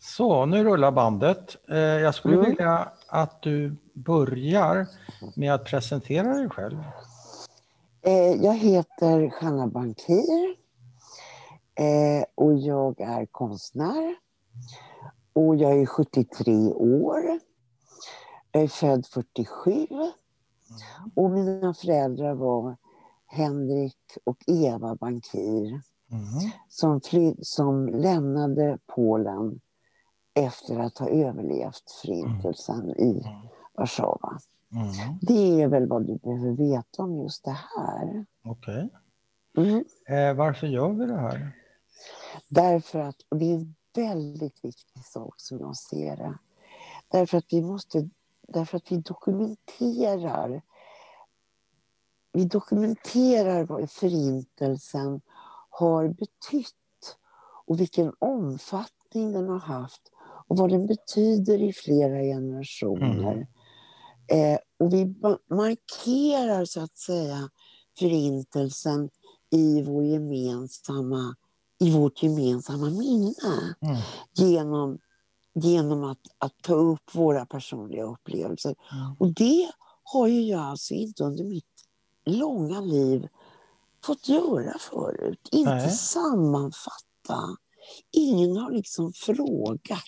Så, nu rullar bandet. Jag skulle vilja att du börjar med att presentera dig själv. Jag heter Hanna Bankir och jag är konstnär och jag är 73 år. Jag är född 47 och mina föräldrar var Henrik och Eva Bankir som lämnade Polen efter att ha överlevt förintelsen i Warszawa. Det är väl vad du behöver veta om just det här. Okej. Varför gör vi det här? Därför att, och det är en väldigt viktig sak som jag ser det. Därför att vi dokumenterar vad förintelsen har betytt och vilken omfattning den har haft och vad den betyder i flera generationer. Och vi markerar så att säga förintelsen i vårt gemensamma minne genom att ta upp våra personliga upplevelser. Och det har ju jag alltså inte under mitt långa liv fått göra förut. Inte sammanfatta. Ingen har liksom frågat.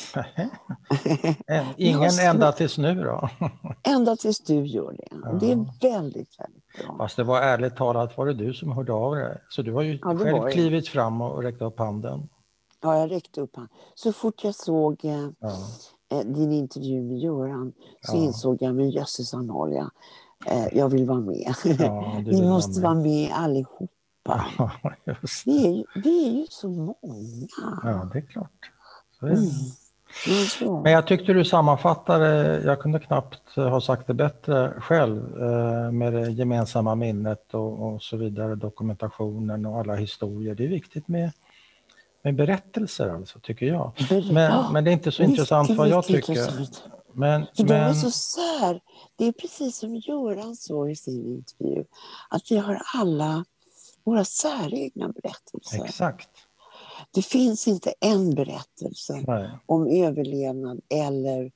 Ingen ända tills nu då? Ända tills du gör det. Och det är väldigt, väldigt bra. Fast det var ärligt talat var det du som hörde av dig. Så du har ju själv klivit fram och räckt upp handen. Ja, jag räckte upp handen. Så fort jag såg din intervju med Göran så insåg jag, men jösses Amalia, jag vill vara med. Vi måste vara med allihopa. Ja, just det. Vi är ju så många. Ja, det är klart. Så är det. Men jag tyckte du sammanfattade, jag kunde knappt ha sagt det bättre själv, med det gemensamma minnet och så vidare, dokumentationen och alla historier. Det är viktigt med berättelser alltså, tycker jag. Men det är inte så intressant vad jag tycker. Men de är så sär. Det är precis som Göran sa i sin intervju, att vi har alla våra säregna berättelser. Exakt. Det finns inte en berättelse om överlevnad eller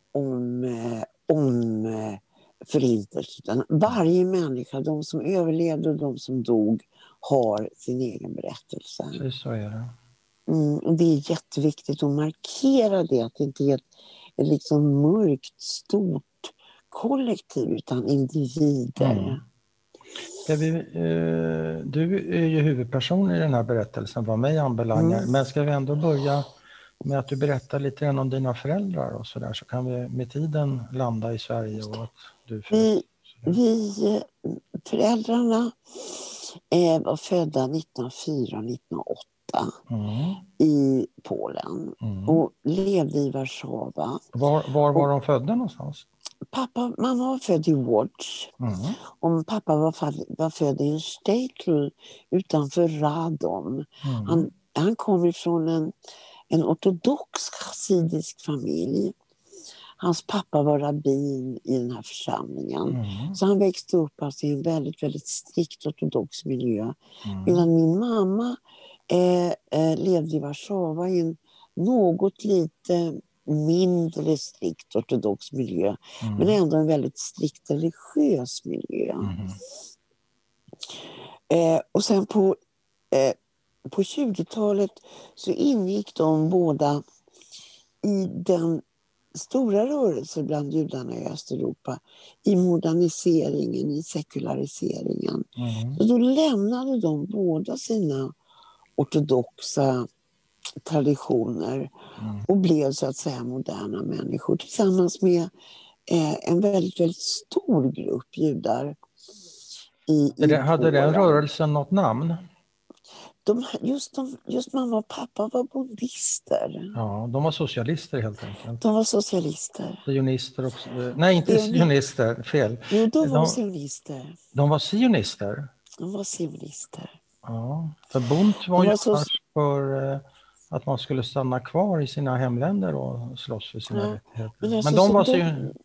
om förintelsen. Varje människa, de som överlevde och de som dog, har sin egen berättelse. Precis så är det. Och det är jätteviktigt att markera det, att det inte är ett liksom mörkt, stort kollektiv utan individer. Du är ju huvudperson i den här berättelsen vad mig anbelangar. Men ska vi ändå börja med att du berättar lite grann om dina föräldrar och så där, så kan vi med tiden landa i Sverige och att du föräldrarna var födda 1904-1908 i Polen och levde i Warszawa. Var var de födda någonstans? Mamma var född i Łódź och pappa var född i en städel utanför Radom. Han kom ifrån en ortodox chassidisk familj. Hans pappa var rabbin i den här församlingen. Så han växte upp alltså i en väldigt, väldigt strikt ortodox miljö. Medan min mamma levde i Warszawa i en något lite mindre strikt ortodox miljö. Men ändå en väldigt strikt religiös miljö. Och sen på 20-talet så ingick de båda i den stora rörelsen bland judarna i Östeuropa, i moderniseringen, i sekulariseringen. Så då lämnade de båda sina ortodoxa traditioner och blev så att säga moderna människor tillsammans med en väldigt, väldigt stor grupp judar hade den rörelsen något namn? Just mamma och pappa var buddister. Ja, de var socialister helt enkelt. De var socialister. Sionister också. Nej, inte sionister, fel. Jo, de var sionister. De var sionister? De var sionister. Ja, för Bund var ju för att man skulle stanna kvar i sina hemländer och slåss för sina rättigheter. Men de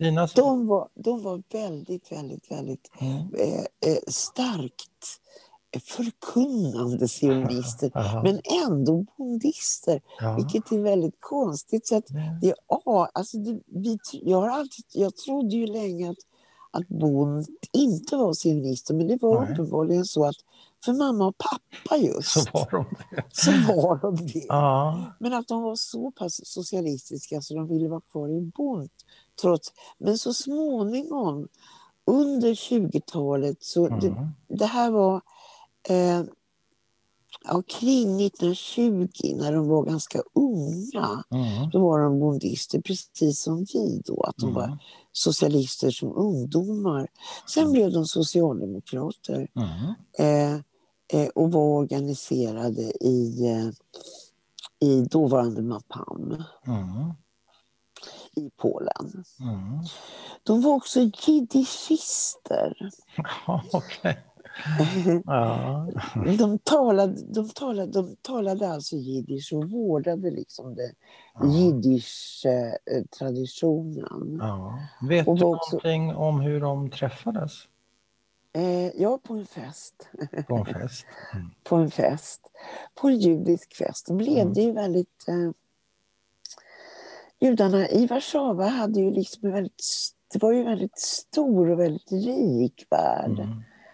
var de var väldigt, väldigt, väldigt starkt förkunnande sionister, men ändå bondister, vilket är väldigt konstigt. Så att jag trodde ju länge att Bond inte var sionister, men det var uppenbarligen så att för mamma och pappa just så var de det. Ja. Men att de var så pass socialistiska så de ville vara kvar i Bond men så småningom under 20-talet så det här var kring 1920 när de var ganska unga. Då var de bondister precis som vi då, att de var socialister som ungdomar. Sen blev de socialdemokrater och var organiserade i dåvarande Mapam i Polen. De var också jiddischister. Okej. De talade alltså jiddisch och vårdade liksom det jiddisch-traditionen. Vet du någonting om hur de träffades? Ja, på en fest. På en fest? På en fest. På en judisk fest. De levde ju väldigt... Judarna i Warszawa hade ju liksom det var ju väldigt stor och väldigt rik värld.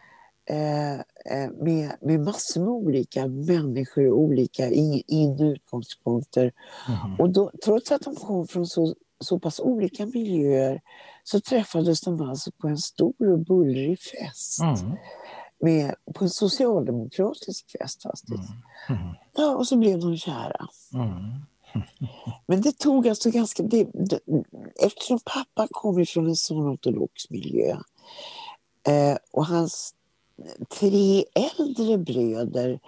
Med massor med olika människor och olika in- och utgångspunkter. Och då, trots att de kom från så pass olika miljöer så träffades de alltså på en stor och bullrig fest. På en socialdemokratisk fest faktiskt. Ja, och så blev de kära. Men det tog alltså eftersom pappa kom ifrån en sån ortodox miljö och hans 3 äldre bröder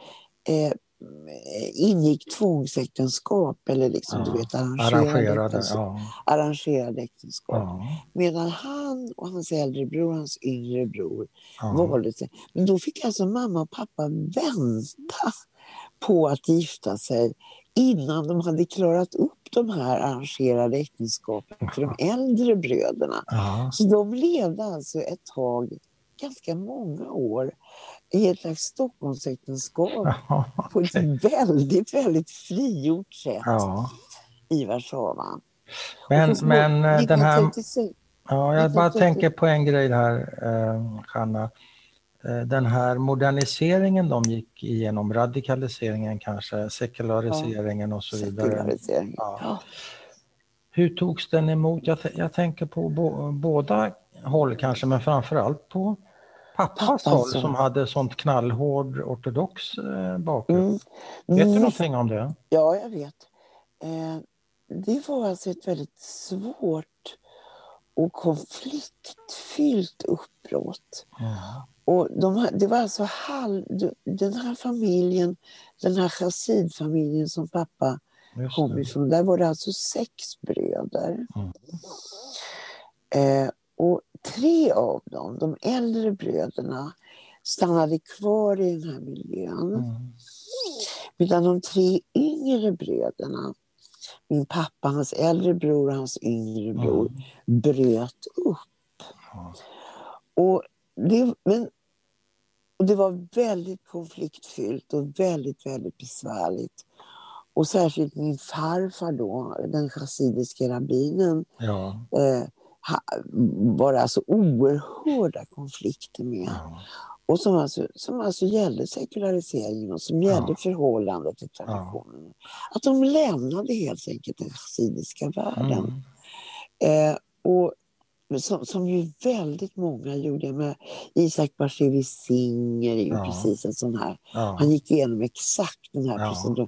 ingick tvångsäktenskap eller liksom du vet arrangerade äktenskap. Medan han och hans äldre bror, hans yngre bror valde sig. Men då fick alltså mamma och pappa vänta på att gifta sig innan de hade klarat upp de här arrangerade äktenskapen för de äldre bröderna. Så de levde alltså ett tag, ganska många år, i ett slags Stockholmsäktenskap på ett väldigt, väldigt frigjort sätt i Warszawa. Men den här... jag bara tänker på en grej här, Hanna. Den här moderniseringen de gick igenom, radikaliseringen kanske, sekulariseringen och så vidare. Hur togs den emot? Jag tänker på båda håll kanske, men framförallt på pappas håll som hade sånt knallhård ortodox bakgrund. Vet du någonting om det? Ja, jag vet. Det var alltså ett väldigt svårt och konfliktfyllt uppbrott. Och det var alltså den här familjen, den här chassidfamiljen som pappa kom ifrån, där var det alltså 6 bröder. Och 3 av dem, de äldre bröderna, stannade kvar i den här miljön. Medan de 3 yngre bröderna, min pappa, hans äldre bror och hans yngre bror, bröt upp. Och det var väldigt konfliktfyllt och väldigt, väldigt besvärligt. Och särskilt min farfar då, den chassidiska rabbinen, var det alltså oerhörda konflikter med. Och som alltså gällde sekulariseringen och som gällde förhållandet till traditionen. Att de lämnade helt enkelt den chassidiska världen. Och som ju väldigt många gjorde. Med Isaac Bashevis Singer är ju precis en sån här. Han gick igenom exakt den här proceduren.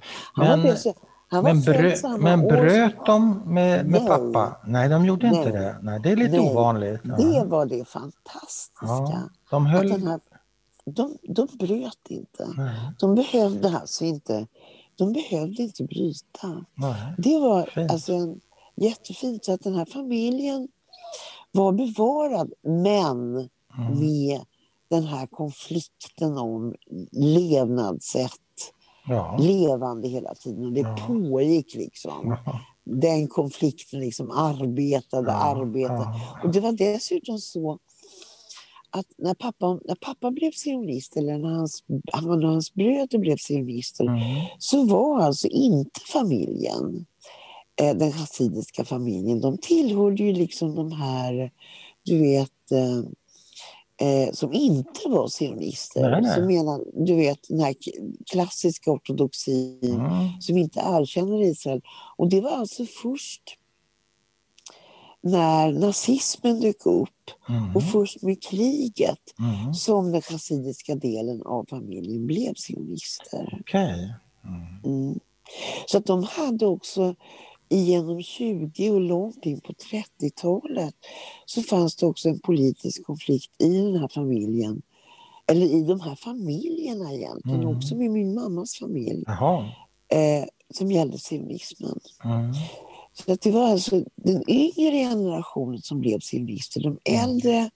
Men bröt de med pappa? Nej, de gjorde inte det. Nej, det är lite ovanligt. Det var det fantastiska. De bröt inte. De behövde alltså inte. De behövde inte bryta. Det var alltså jättefint att den här familjen var bevarad, men med den här konflikten om levnadssätt levande hela tiden. Och det pågick liksom. Den konflikten liksom arbetade. Och det var dessutom så att när pappa blev sionist, eller när hans bröder blev sionister, så var alltså inte familjen, den hasidiska familjen, de tillhörde ju liksom de här, du vet, som inte var sionister. Som menar, du vet, den här klassiska ortodoxin som inte erkänner Israel. Och det var alltså först när nazismen dök upp och först med kriget som den hasidiska delen av familjen blev sionister. Okej. Så att de hade också genom 20 och långt in på 30-talet så fanns det också en politisk konflikt i den här familjen. Eller i de här familjerna egentligen, också med min mammas familj. Som gällde sionismen. Så att det var alltså den yngre generationen som blev sionister. De äldre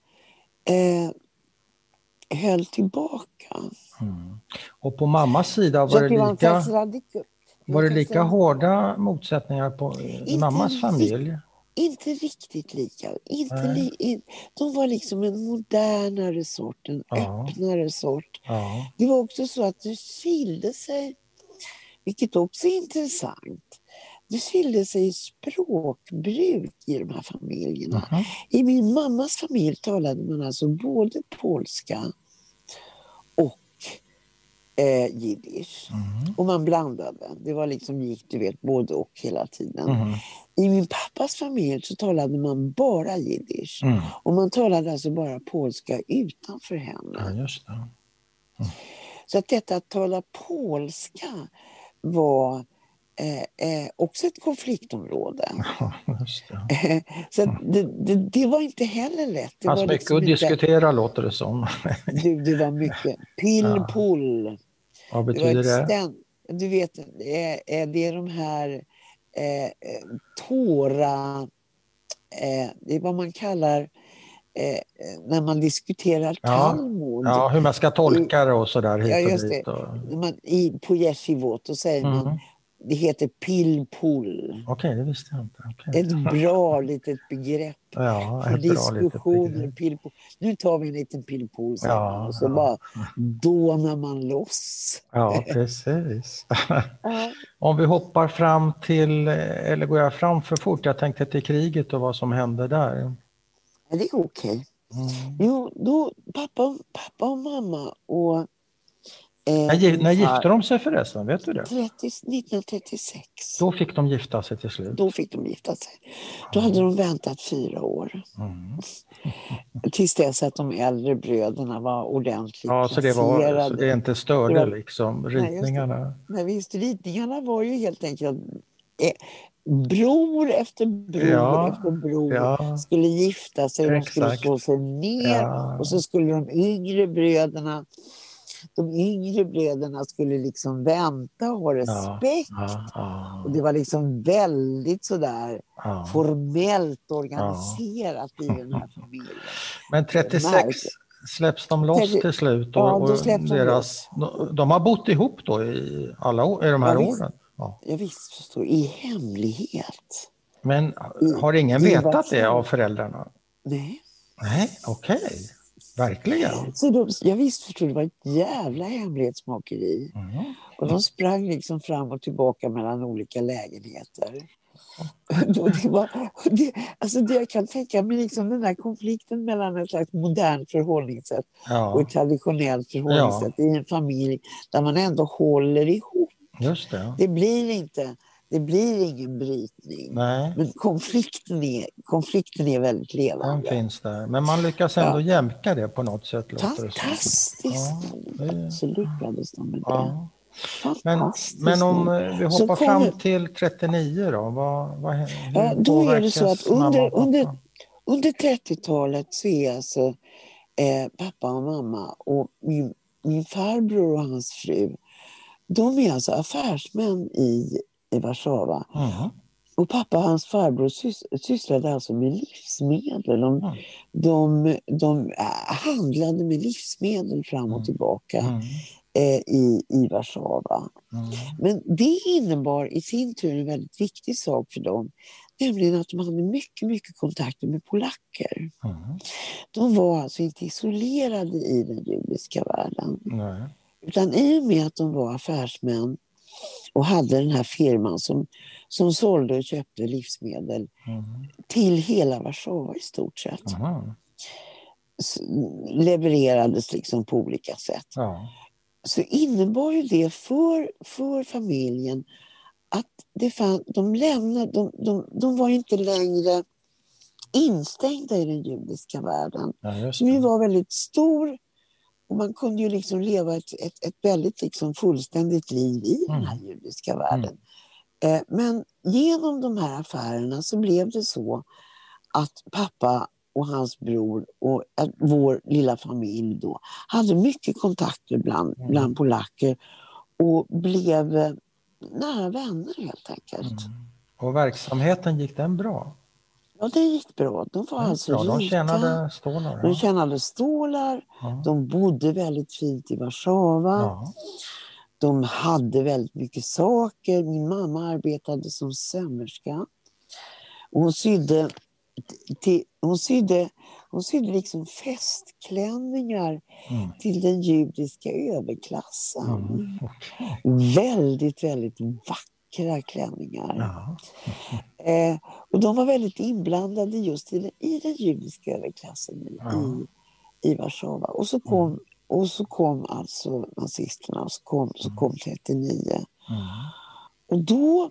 höll tillbaka. Och på mammas sida var det lika hårda motsättningar på mammas familj? Inte riktigt lika. De var liksom en modernare sort, en öppnare sort. Det var också så att det skilde sig, vilket också är intressant. Det skilde sig i språkbruk i de här familjerna. I min mammas familj talade man alltså både polska och jiddisch. Och man blandade. Det var liksom gick, du vet, både och hela tiden. I min pappas familj så talade man bara jiddisch. Och man talade alltså bara polska utanför henne. Ja, just det. Så att detta att tala polska var också ett konfliktområde. Ja, just det. Så det var inte heller lätt. Det fanns var mycket liksom att diskutera, låter det som. Det var mycket. Pill-pull. Vad betyder det? Du vet, det är de här Tora, det är vad man kallar när man diskuterar Talmud. Ja, hur man ska tolka det och sådär hit och just dit. Det. På yeshivot då säger man, det heter pill-pull. Okej, det visste jag inte. Okay. Ett bra litet begrepp för diskussioner. Pill-pull. Nu tar vi en liten pill-pull och så bara dånar man loss. Ja, precis. Om vi hoppar fram till, eller går jag fram för fort? Jag tänkte till kriget och vad som hände där. Ja, det är okej. Jo, då pappa och mamma och när gifte de sig förresten, vet du det? 1936. Då fick de gifta sig till slut. Då hade de väntat 4 år. Tills dess att de äldre bröderna var ordentligt placerade. Så det inte störde liksom ritningarna? Nej, visst, ritningarna var ju helt enkelt bror efter bror efter bror skulle gifta sig. De skulle slå sig ner och så skulle de yngre bröderna skulle liksom vänta och ha respekt. Och det var liksom väldigt sådär formellt organiserat i den här familjen. Men 36 släpps de loss till slut och de har bott ihop då i de här åren? Jag visst förstår, i hemlighet. Men har ingen vetat det av föräldrarna? Nej. Nej, okej. Verkligen. Så jag visst förstår, det var ett jävla hemlighetsmakeri. Och de sprang liksom fram och tillbaka mellan olika lägenheter. Jag kan tänka mig liksom den här konflikten mellan ett slags modernt förhållningssätt och ett traditionellt förhållningssätt i en familj där man ändå håller ihop. Just det. Det blir ingen brytning. Nej. Men konflikten är väldigt levande. Den finns där. Men man lyckas ändå jämka det på något sätt. Fantastiskt. Så lyckades de med det. Men om vi hoppar fram till 39 då. Då är det så att under 30-talet så är alltså pappa och mamma och min farbror och hans fru, de är alltså affärsmän i Warszawa. Och pappa och hans farbror sysslade alltså med livsmedel. De handlade med livsmedel fram och tillbaka i Warszawa. Men det innebar i sin tur en väldigt viktig sak för dem. Nämligen att de hade mycket, mycket kontakter med polacker. De var alltså inte isolerade i den judiska världen. Nej. Utan i och med att de var affärsmän och hade den här firman som sålde och köpte livsmedel till hela Warszawa i stort sett. Levererades liksom på olika sätt. Ja. Så innebar ju det för familjen att de var inte längre instängda i den judiska världen. Ja, som ju var väldigt stor, och man kunde ju liksom leva ett väldigt liksom fullständigt liv i den här judiska världen. Men genom de här affärerna så blev det så att pappa och hans bror och vår lilla familj då hade mycket kontakter bland polacker och blev nära vänner helt enkelt. Och verksamheten, gick den bra? Ja, det gick bra. De var alltså bra. De rika. tjänade stålar. De tjänade stålar. Ja. De bodde väldigt fint i Warszawa. Ja. De hade väldigt mycket saker. Min mamma arbetade som sömmerska. Och hon sydde liksom festklänningar till den judiska överklassen. Väldigt, väldigt vackra klänningar. Ja. Och de var väldigt inblandade just i den judiska överklassen i Warszawa. Och så kom alltså nazisterna, och så kom 39. Och då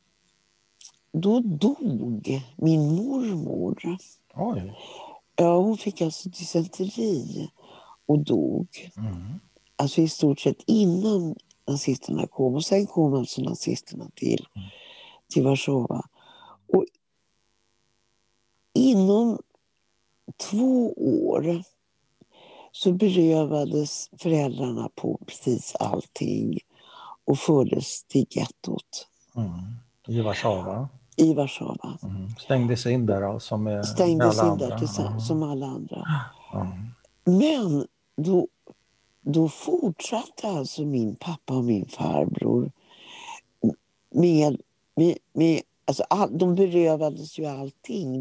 dog min mormor. Oj. Ja, hon fick alltså dysenteri och dog. Alltså i stort sett innan nazisterna kom. Och sen kom alltså nazisterna till Warszawa. Och inom 2 år så berövades föräldrarna på precis allting och fördes till gettot. I Warszawa? I Warszawa. Stängdes in där alltså med alla andra? Som alla andra. Men då fortsatte alltså min pappa och min farbror med alltså de berövades ju allting.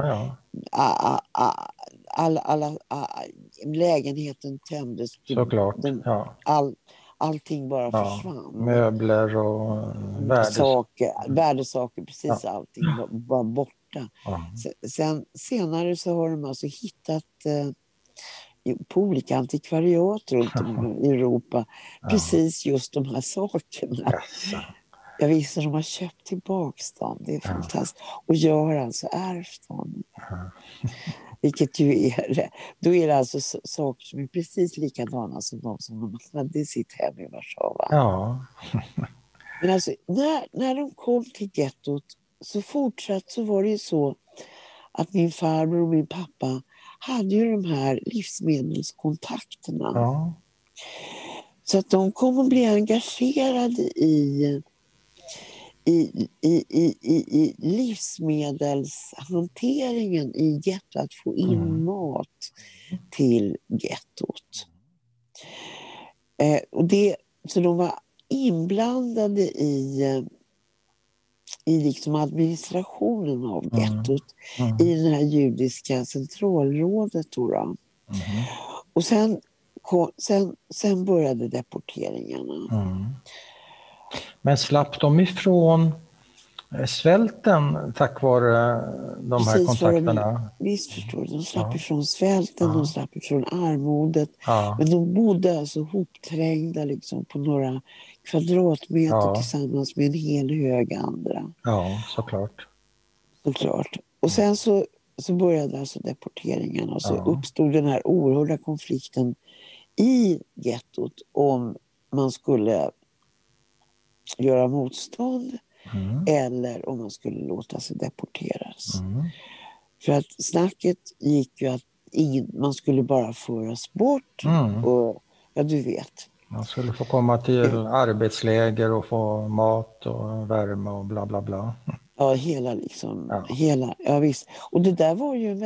Alla lägenheten tömdes. Såklart. Allting bara försvann. Möbler och värdesaker, precis allting var borta. Senare så har de alltså hittat på olika antikvariat runt om i Europa precis just de här sakerna. Jag visste att de har köpt tillbaks dem. Det är fantastiskt. Och jag har alltså ärvt dem. Vilket ju då är det alltså saker som är precis likadana som de hade i sitt hem i Warszawa. Ja. Men alltså när de kom till gettot så var det ju så att min farbror och min pappa hade ju de här livsmedelskontakterna. Ja. Så att de kom att bli engagerade i livsmedelshanteringen i gettot, att få in mat till gettot. Så de var inblandade i liksom administrationen av gettot i det här judiska centralrådet då. Och sen började deporteringarna. Men slapp de ifrån svälten tack vare de här kontakterna? Visst förstår du, de slapp ifrån svälten, de slapp ifrån armodet. Men de bodde alltså hopträngda liksom på några kvadratmeter tillsammans med en hel hög andra. Ja, såklart. Och sen så började alltså deporteringarna, och så uppstod den här oerhörda konflikten i gettot om man skulle göra motstånd eller om man skulle låta sig deporteras. För att snacket gick ju att man skulle bara föras bort och du vet. Man skulle få komma till arbetsläger och få mat och värme och bla bla bla. Ja, visst. Och det där var ju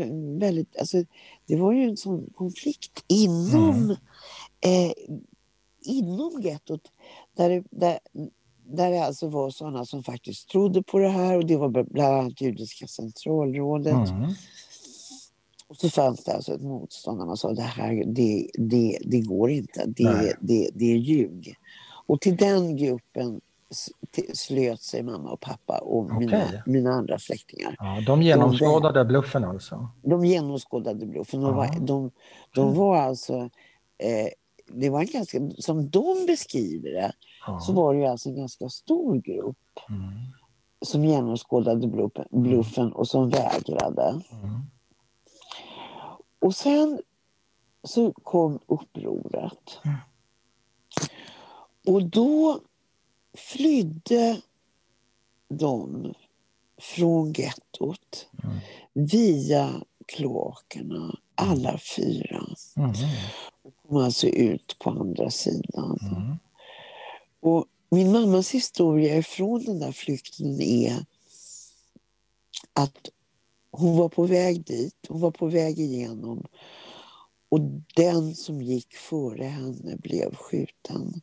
väldigt, alltså det var ju en sån konflikt inom inom gettot där det alltså var sådana som faktiskt trodde på det här, och det var bland annat Judiska centralrådet. Och så fanns det alltså ett motstånd när man sa det här, det går inte, det är ljug. Och till den gruppen slöt sig mamma och pappa och mina andra släktingar. Ja, de genomskådade bluffen alltså? De genomskådade bluffen. De var alltså, det var en ganska, som de beskriver det, så var det ju alltså en ganska stor grupp som genomskådade bluffen och som vägrade. Och sen så kom upproret. Och då flydde de från gettot via kloakerna, alla 4. Och kom alltså ut på andra sidan. Och min mammas historia från den där flykten är att hon var på väg dit, hon var på väg igenom, och den som gick före henne blev skjuten.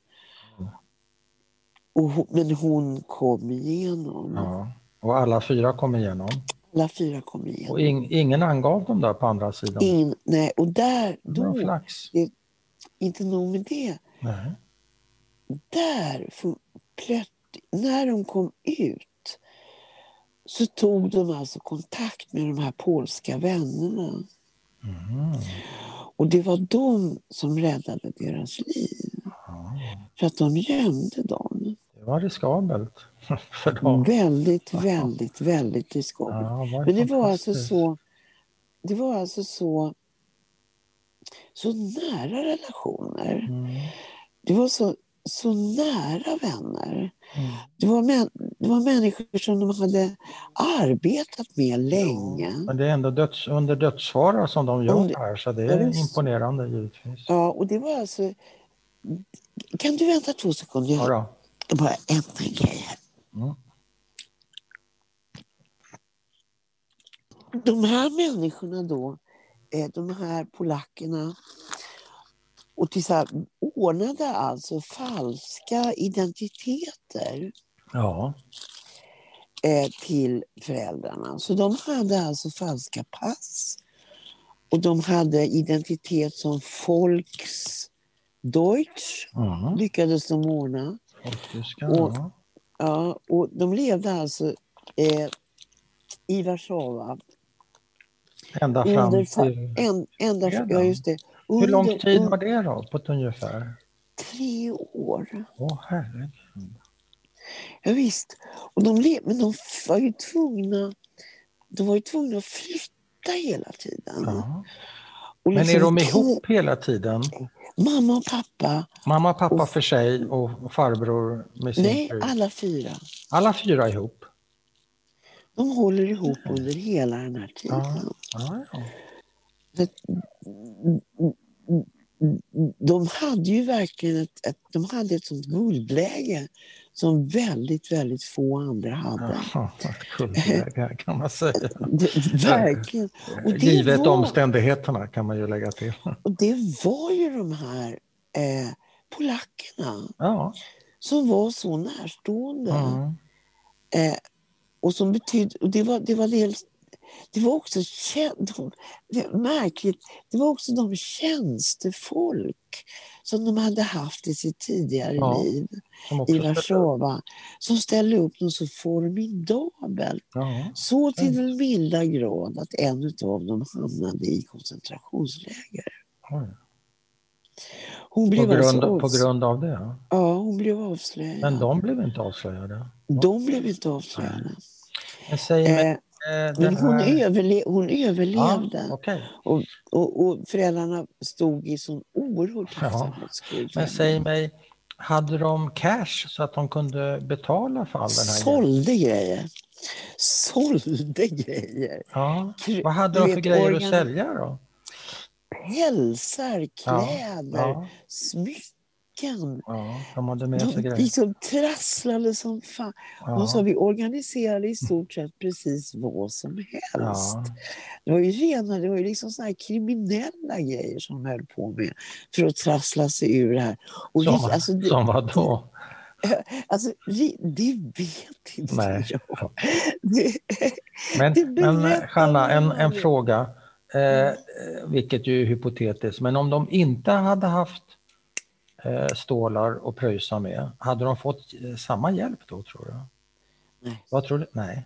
Men hon kom igenom. Ja. Och alla 4 kom igenom? Alla 4 kom igenom. Och ingen angav dem där på andra sidan? Nej, och där då, inte nog med det. Nej. Där, när de kom ut, så tog de alltså kontakt med de här polska vännerna. Och det var de som räddade deras liv. För att de gömde dem. Det var riskabelt för dem. Väldigt, väldigt, väldigt riskabelt. Men det var alltså så nära relationer. Det var så nära vänner. Det var människor som de hade arbetat med länge. Men det är ändå under dödsfara som de gör det här, så det är imponerande givetvis. Ja, och det var alltså... Kan du vänta 2 sekunder? Ja då. Bara en grej här. De här människorna då, de här polackerna, och ordnade alltså falska identiteter till föräldrarna. Så de hade alltså falska pass, och de hade identitet som Volksdeutsch, lyckades de ordna. Och de levde alltså i Warszawa. Ända fram till... Ja, just det. Hur lång tid var det då, på ett ungefär? 3 år. Herregud. Ja, visst. Och men de var ju tvungna att flytta hela tiden. Och men är de ihop hela tiden? Mamma och pappa. Mamma och pappa för sig och farbror med sin Nej, fru? alla 4. Alla 4 ihop? De håller ihop under hela den här tiden. De hade ju verkligen ett sånt guldläge som väldigt, väldigt få andra hade. Guldläge kan man säga. Verkligen. Och givet omständigheterna kan man ju lägga till. Och det var ju de här polackerna som var så närstående. Och som betydde, och det var också märkligt. Det var också de tjänstefolk som de hade haft i sitt tidigare liv i Warszawa, som ställde upp något så formidabelt. Så till den milda grad att en av dem hamnade i koncentrationsläger. Hon blev på grund av det? Ja, hon blev avslöjad. Men de blev inte avslöjade? De blev inte avslöjade. Men hon överlevde. Och föräldrarna stod i sån oerhört tacksamhetsskuld. Men säg mig, hade de cash så att de kunde betala för all den här Sålde grejer. Vad hade de för grejer att sälja då? Pälsar, kläder, smycken. väggen. Ja, de hade med sig De grejer. liksom trasslade som fan. Ja. De sa vi organiserade i stort sett precis vad som helst. Ja. Det var ju liksom såna här kriminella grejer som de höll på med för att trassla sig ur det här. Och Som vad då? Alltså, det vet inte Nej. jag. Men Jeanna, en fråga, vilket ju är hypotetiskt, men om de inte hade haft stålar och pröjsar med, hade de fått samma hjälp då, tror du? Nej. Vad tror du? Nej.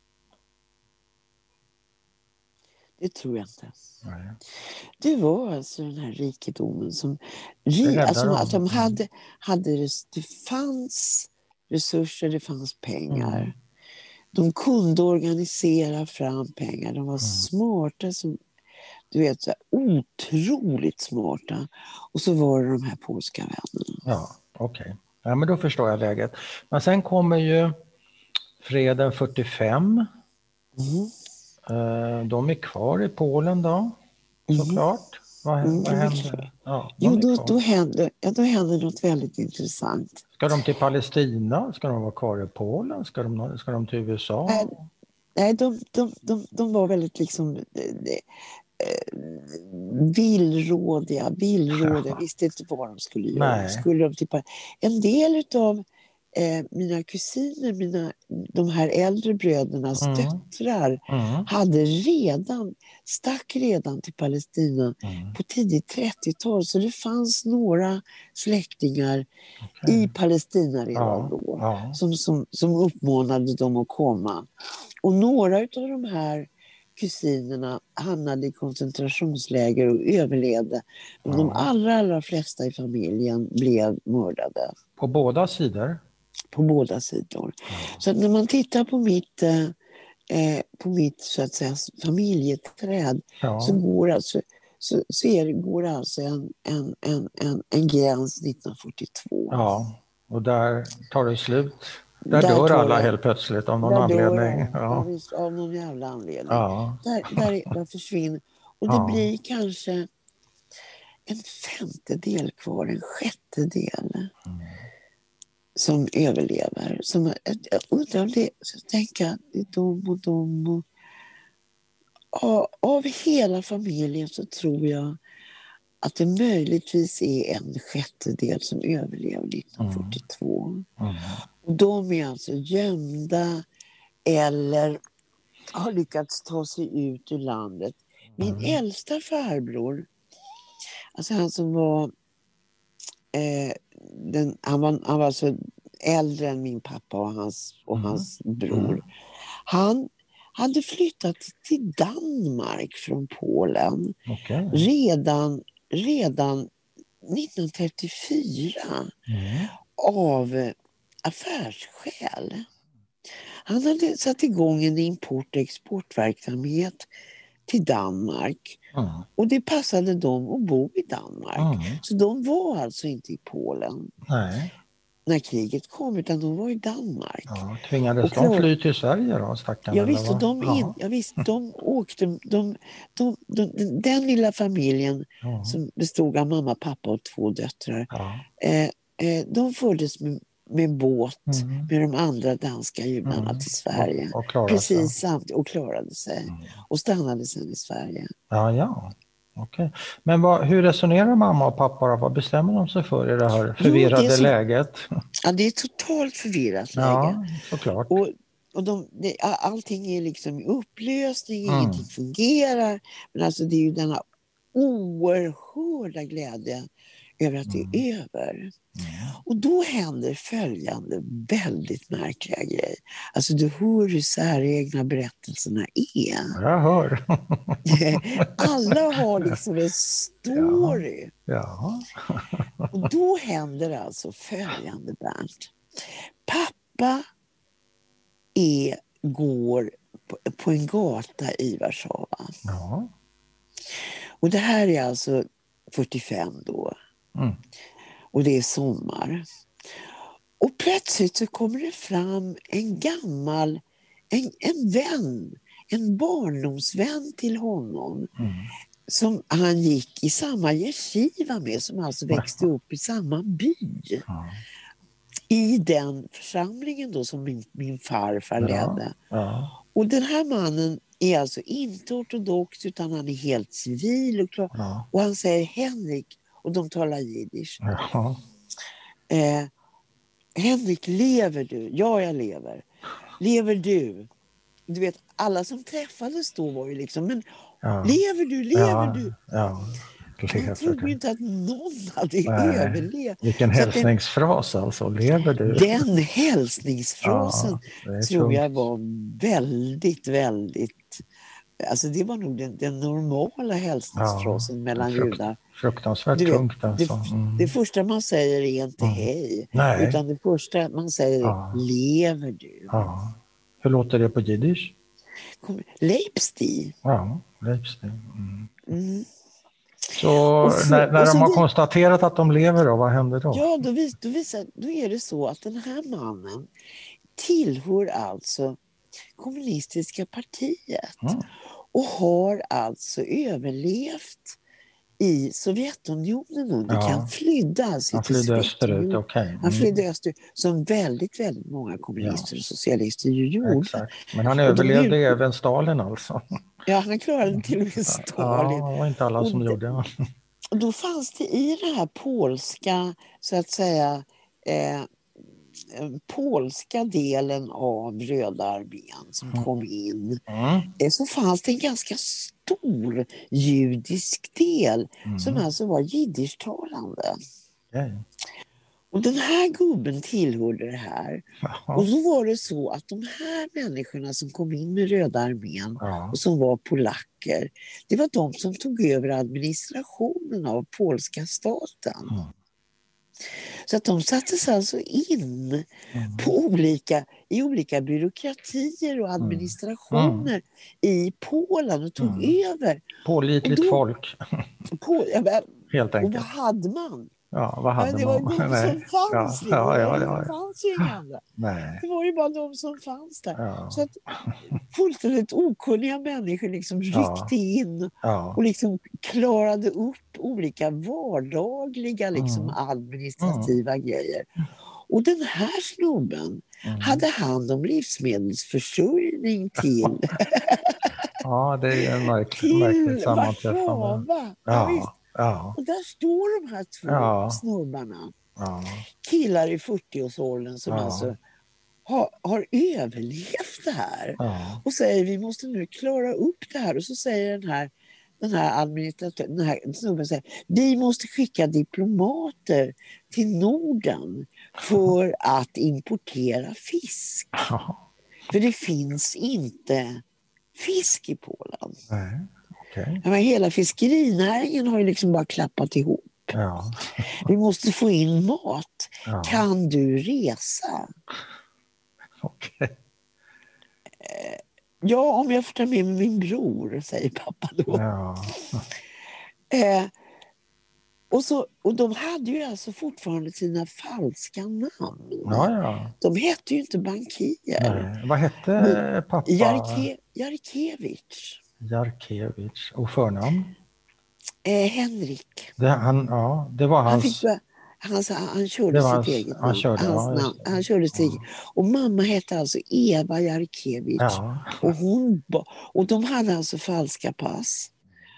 Det tror jag inte. Nej. Det var alltså den här rikedomen som att de det fanns resurser, det fanns pengar. Mm. De kunde organisera fram pengar. De var smarta, som du vet, så här, otroligt smarta. Och så var det de här polska vännerna. Ja, okej. Ja, men då förstår jag läget. Men sen kommer ju freden 45. De är kvar i Polen då, såklart. Vad händer? Ja, då händer något väldigt intressant. Ska de till Palestina? Ska de vara kvar i Polen? Ska de till USA? Nej, de var väldigt liksom villrådiga, visste inte vad de skulle göra. En del av mina kusiner, de här äldre brödernas döttrar stack redan till Palestina på tidigt 30-tal, så det fanns några släktingar i Palestina redan då som uppmanade dem att komma. Och några av de här kusinerna hamnade i koncentrationsläger och överlevde. Men de allra flesta i familjen blev mördade. På båda sidor? På båda sidor. Så att när man tittar på mitt så att säga familjeträd så går alltså en gräns 1942. Ja, och där tar det slut. Där dör alla helt plötsligt av någon anledning. Av någon jävla anledning. Ja. Där försvinner. Och det blir kanske en femtedel kvar, en sjättedel som överlever. Jag undrar om det, så tänka, det är de. Av hela familjen så tror jag att det möjligtvis är en sjättedel som överlever 1942. Och de är alltså gömda eller har lyckats ta sig ut ur landet. Min äldsta farbror, alltså han som var han var alltså äldre än min pappa och hans bror. Han hade flyttat till Danmark från Polen redan 1934 av affärsskäl. Han hade satt igång en import- och exportverksamhet till Danmark. Och det passade dem att bo i Danmark. Så de var alltså inte i Polen när kriget kom, utan de var i Danmark. Ja, tvingades de fly till Sverige då, stackarna? Jag visste, de åkte, den lilla familjen som bestod av mamma, pappa och 2 döttrar, de fördes med båt med de andra danska judarna till Sverige. Och klarade precis samt och klarade sig. Och stannade sen i Sverige. Ja. Okej. Men hur resonerar mamma och pappa? Vad bestämmer de sig för i det här förvirrade läget? Ja, det är totalt förvirrat läge. Ja, såklart. Och allting är liksom i upplösning, ingenting fungerar. Men alltså det är ju denna oerhörda glädje över att det är över. Och då händer följande väldigt märkliga grej. Alltså du hör hur säregna berättelserna är. Jag hör. Alla har liksom en story. Ja. Och då händer alltså följande, Bernt. Pappa går på en gata i Warszawa. Ja. Och det här är alltså 45 då. Och det är sommar. Och plötsligt så kommer det fram en vän, en barndomsvän till honom. som han gick i samma yeshiva med, som alltså växte upp i samma by. Ja. I den församlingen då som min farfar ledde. Ja. Och den här mannen är alltså inte ortodox, utan han är helt civil och klar. Ja. Och han säger Henrik, och de talar jiddisch. Ja. Henrik, lever du? Ja, jag lever. Lever du? Du vet, alla som träffades då var ju liksom, men lever du? Lever du? Ja. Man trodde ju inte att någon hade överlevt. Vilken hälsningsfras alltså, lever du? Den hälsningsfrasen tror jag var väldigt, alltså det var nog den normala hälsningsfrasen mellan judar. Fruktansvärt tungt alltså. Det första man säger är inte hej. Nej. Utan det första man säger är lever du? Ja. Hur låter det på jiddisch? Leipsti. Ja, Leipsti. Så när de har konstaterat att de lever då, vad händer då? Ja, då är det så att den här mannen tillhör alltså kommunistiska partiet och har alltså överlevt i Sovjetunionen under han flydde alltså till österut, Han flydde österut, som väldigt många kommunister och socialister ju gjorde. Exakt. Men han överlevde även Stalin alltså. Ja, han klarade till och med Stalin. Ja, det var inte alla som gjorde det. Och då fanns det i det här polska, så att säga, polska delen av Röda armén som kom in, så fanns det en ganska stor judisk del som alltså var jiddischtalande. Och den här gubben tillhörde det här. Och så var det så att de här människorna som kom in med Röda armén och som var polacker, det var de som tog över administrationen av polska staten. Så att de sattes alltså in på i olika byråkratier och administrationer i Polen och tog över. Pålitligt folk. Helt enkelt. Och vad hade man? Ja, vad hade det var ju de som fanns. Det fanns ju inga andra. Nej. Det var ju bara de som fanns där. Så att fullständigt okunniga människor liksom ryckte in och liksom klarade upp olika vardagliga liksom administrativa grejer. Och den här snubben hade hand om livsmedelsförsörjning till ja, det är en märkligt sammanträffande. Ja. Och där står de här två snubbarna. Killar i 40-årsåldern som alltså har överlevt det här. Och säger vi måste nu klara upp det här. Och så säger den här administratören, den här snubben säger, vi måste skicka diplomater till Norden för att importera fisk. För det finns inte fisk i Polen. Nej. Okay. Men hela fiskerinäringen har ju liksom bara klappat ihop. Vi måste få in mat. Kan du resa? Okay. Ja, om jag får ta med min bror, säger pappa då. Och de hade ju alltså fortfarande sina falska namn. De hette ju inte bankier. Vad hette pappa? Jarkevich. Och förnamn? Henrik. Det var hans... Han körde sitt eget namn. Han körde sitt eget. Och mamma hette alltså Eva Jarkevich. Och de hade alltså falska pass.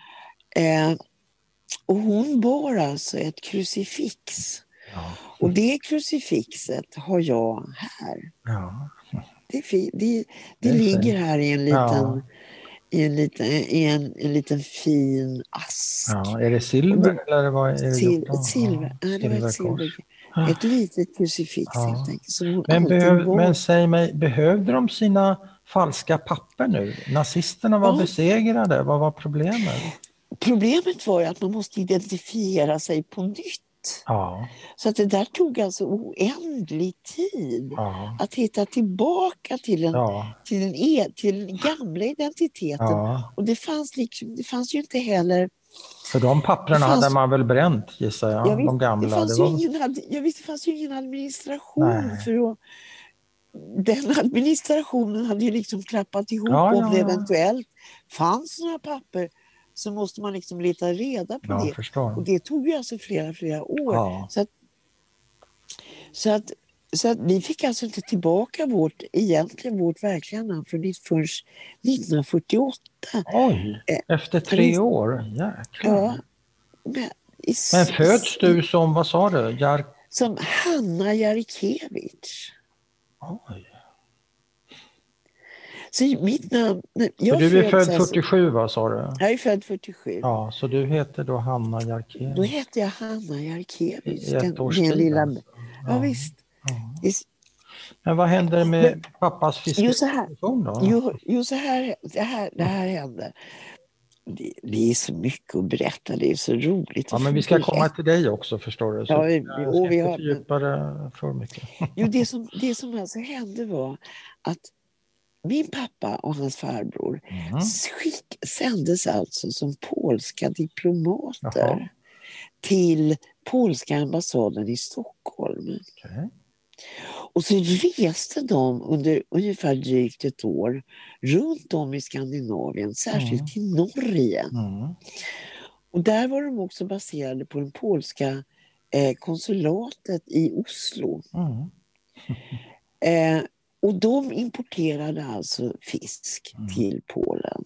Och hon bar alltså ett krucifix. Och det krucifixet har jag här. Det ligger här i en liten fin ask. Är det silver eller vad är det? Silver. Det var ett silver. Ett litet krucifix helt enkelt. Men säg mig, behövde de sina falska papper nu? Nazisterna var besegrade. Vad var problemet? Problemet var ju att man måste identifiera sig på nytt. Så att det där tog alltså oändlig tid att hitta tillbaka till den gamla identiteten. Och det fanns ju inte heller... För de papperna hade man väl bränt, gissar jag, de gamla. Det fanns ju ingen administration för att... Den administrationen hade ju liksom klappat ihop om det eventuellt fanns några papper så måste man liksom leta reda på det. Förstår. Och det tog ju alltså flera år. Ja. Så att vi fick alltså inte tillbaka vårt verkliga namn förrän 1948. Oj, efter 3 år? Jäklar. Ja. Men föds du som, vad sa du? Som Hanna Jarkiewicz. Oj. Så mitt namn... du är född 47, vad sa du? Jag är född 47. Ja, så du heter då Hanna Jarkiewicz? Då heter jag Hanna Jarkiewicz. I ett års tid lilla... alltså. Ja, visst. Ja. Men vad händer med pappas fiskexpedition då? Det här hände. Det är så mycket att berätta, det är så roligt. Ja, men vi ska komma till dig också, förstår du. Så ja, vi har fördjupade för mycket. Jo, det som alltså hände var att min pappa och hans farbror sändes alltså som polska diplomater till polska ambassaden i Stockholm. Okay. Och så reste de under ungefär drygt ett år runt om i Skandinavien, särskilt till Norge. Och där var de också baserade på den polska konsulatet i Oslo. Och de importerade alltså fisk till Polen.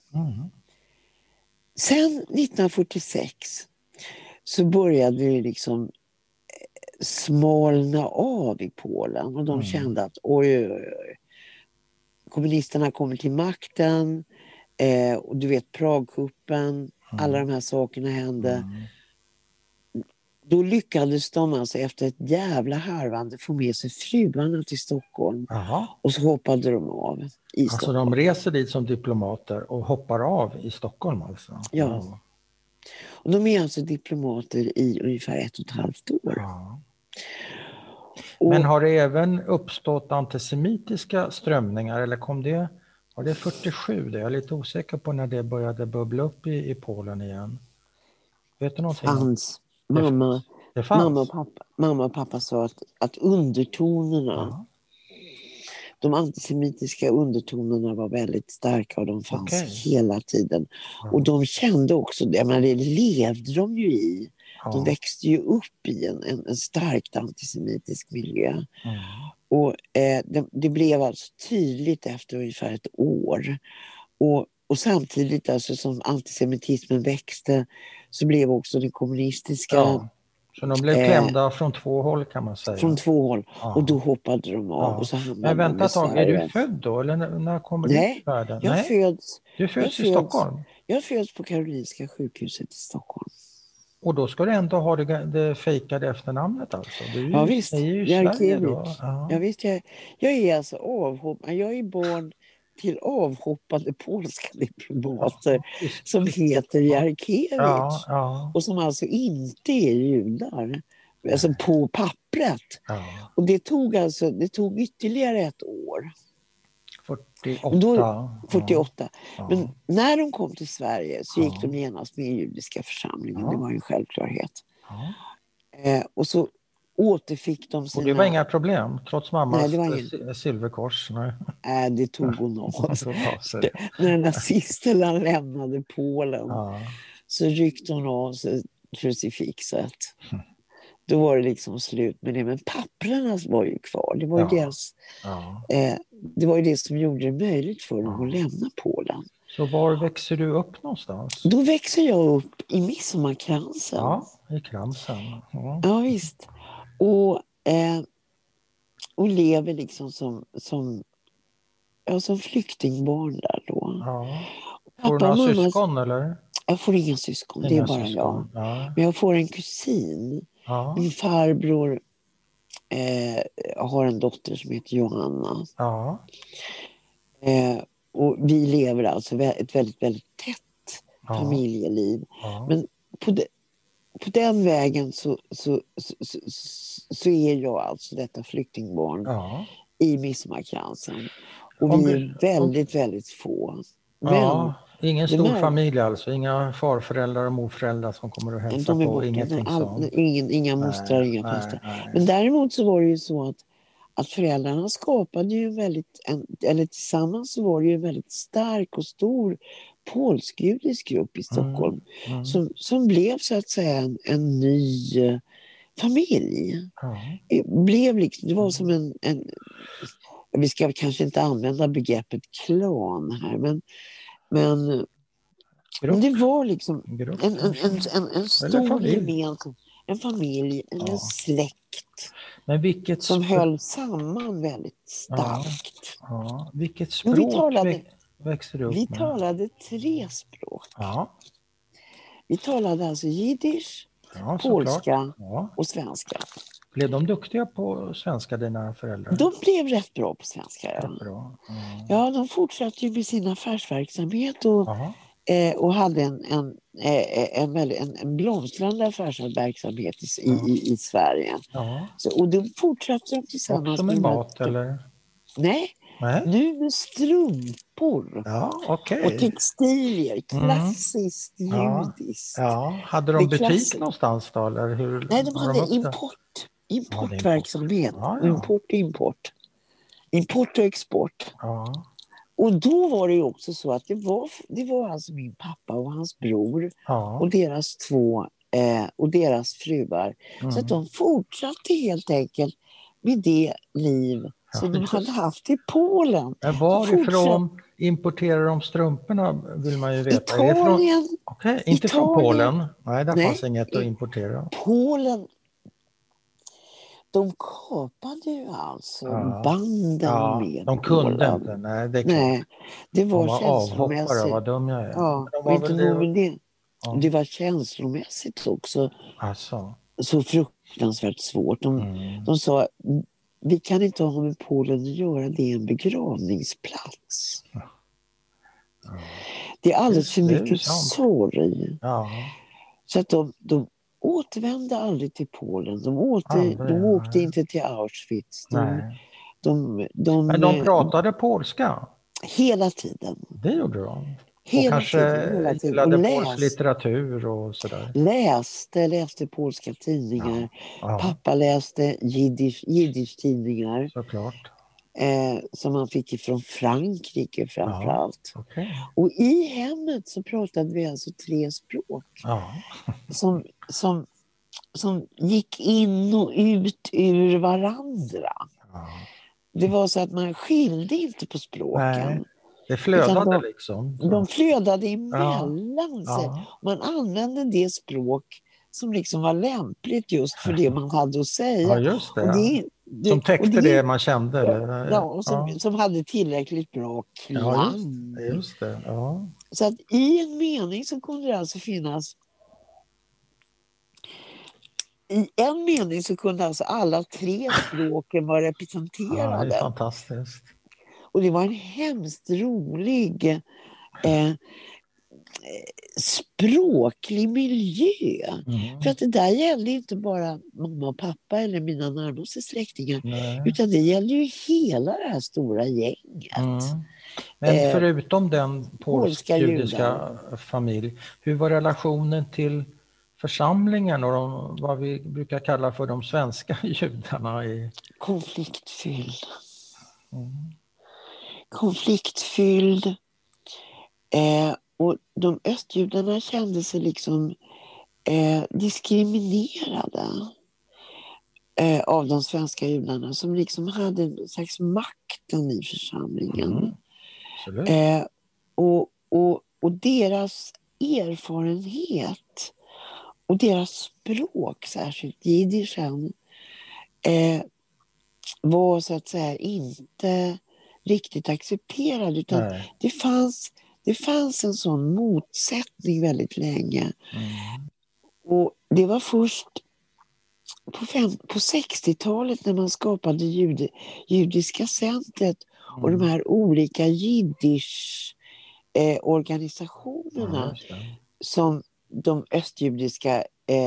Sen 1946 så började det liksom smalna av i Polen och de kände att oj, kommunisterna kommer till makten och du vet Pragkuppen, alla de här sakerna hände. Då lyckades de alltså efter ett jävla harvande få med sig fruarna till Stockholm. Och så hoppade de av i Stockholm. Alltså de reser dit som diplomater och hoppar av i Stockholm alltså? Ja. Och de är alltså diplomater i ungefär 1,5 år. Ja. Men har det även uppstått antisemitiska strömningar eller var det 47? Jag är lite osäker på när det började bubbla upp i Polen igen. Vet du någonting? Mamma och pappa sa att undertonerna, de antisemitiska undertonerna var väldigt starka och de fanns hela tiden. Och de kände också det, men det levde de ju i. De växte ju upp i en starkt antisemitisk miljö. Och det blev alltså tydligt efter ungefär ett år. Och samtidigt alltså som antisemitismen växte så blev också det kommunistiska... Ja. Så de blev klämda från 2 håll kan man säga. Från 2 håll. Och då hoppade de av. Och så men vänta ett tag, är du född då? Eller när kommer du till världen? Du föds i Stockholm? Jag föds på Karolinska sjukhuset i Stockholm. Och då ska du ändå ha det fejkade efternamnet alltså? Ja visst, Jarkiewicz. Ja visst, jag är alltså avhoppad. Jag är barn till avhoppade polska diplomater som heter Jarkiewicz. Och som alltså inte är judar. Alltså på pappret. Och det tog ytterligare ett år. 48. Men när de kom till Sverige så gick de genast med i judiska församlingen. Det var en självklarhet. Och så återfick de sina... Och det var inga problem, trots mammas silverkors? Nej, det tog hon av. När nazisterna lämnade Polen så ryckte hon av sig krucifixet. Då var det liksom slut med det. Men papperna var ju kvar. Det var ju det var ju det som gjorde det möjligt för dem att lämna Polen. Så var växer du upp någonstans? Då växer jag upp i Midsommarkransen. Ja, i kransen. Ja visst. Och lever liksom som flyktingbarn där då. Får du några syskon eller? Jag får inga syskon, det är bara jag. Men jag får en kusin. Min farbror har en dotter som heter Johanna. Och vi lever alltså ett väldigt, väldigt tätt familjeliv. Men på den vägen så är jag alltså detta flyktingbarn i Midsommarkransen. Och vi är väldigt, väldigt få. Men ingen stor familj alltså, inga farföräldrar och morföräldrar som kommer att hälsa på, ingenting sånt. Inga mostrar, inga fastrar. Men däremot så var det ju så att att föräldrarna skapade ju eller tillsammans så var det ju en väldigt stark och stor polsk-judisk grupp i Stockholm som blev så att säga en ny familj. Det var som en vi ska kanske inte använda begreppet klan här, men det var liksom en stor gemensam, en familj, en släkt. Men vilket som höll samman väldigt starkt. Ja. Vilket språk växer du upp med? Vi talade 3 språk. Ja. Vi talade alltså jiddisch, polska och svenska. Blev de duktiga på svenska, dina föräldrar? De blev rätt bra på svenska. Rätt bra. Ja, de fortsatte ju med sin affärsverksamhet och hade en blomstrande affärsverksamhet i Sverige. Och då fortsatte de tillsammans. Också med mat eller? Nej, nu med strumpor och textilier, klassiskt judiskt. Hade de butik någonstans då? Eller hur? Nej, de hade importverksamhet. Import och export. Och då var det ju också så att det var alltså min pappa och hans bror och deras och deras fruar. Så att de fortsatte helt enkelt med det liv som de hade haft i Polen. Men varifrån importerar de strumporna, vill man ju veta. Italien. Inte från Polen. Nej, där fanns inget att importera. Polen. De kapade ju alltså banden med de kunde inte. Nej, det är klart. Det var avhoppare, vad dum jag är. Ja, men inte nog med det. Det var känslomässigt också. Alltså. Så fruktansvärt svårt. De sa, vi kan inte ha med Polen att göra, det är en begravningsplats. Det är alldeles för mycket sorg. Så att de återvände aldrig till Polen. De åkte inte till Auschwitz. Men de pratade polska? Hela tiden. Det gjorde de. Och kanske gillade polsk litteratur och sådär. Läste polska tidningar. Pappa läste jiddisch-tidningar. Såklart. Som man fick ifrån Frankrike framförallt. Och i hemmet så pratade vi alltså 3 språk. Som gick in och ut ur varandra. Det var så att man skilde inte på språken. Nej, det flödade liksom. De flödade emellan sig. Man använde det språk som liksom var lämpligt just för det man hade att säga. Ja, just det. Som täckte det man kände. Eller? Som hade tillräckligt bra klang. Ja, just det. Ja. Så att i en mening så kunde det alltså finnas... I en mening så kunde alltså alla 3 språken vara representerade. Ja, det är fantastiskt. Och det var en hemskt rolig språklig miljö. För att det där gällde inte bara mamma och pappa eller mina närmaste släktingar. Utan det gällde ju hela det här stora gänget. Men förutom den polsk-judiska familj, hur var relationen till församlingen och vad vi brukar kalla för de svenska judarna? Konfliktfylld. Konfliktfylld. Och de östjudarna kände sig liksom diskriminerade av de svenska judarna som liksom hade en slags makten i församlingen. Och deras erfarenhet och deras språk, särskilt jiddischen, var så att säga inte riktigt accepterad, utan det fanns en sån motsättning väldigt länge. Och det var först på 60-talet när man skapade judiska centret och de här olika jiddisch organisationerna som de östjudiska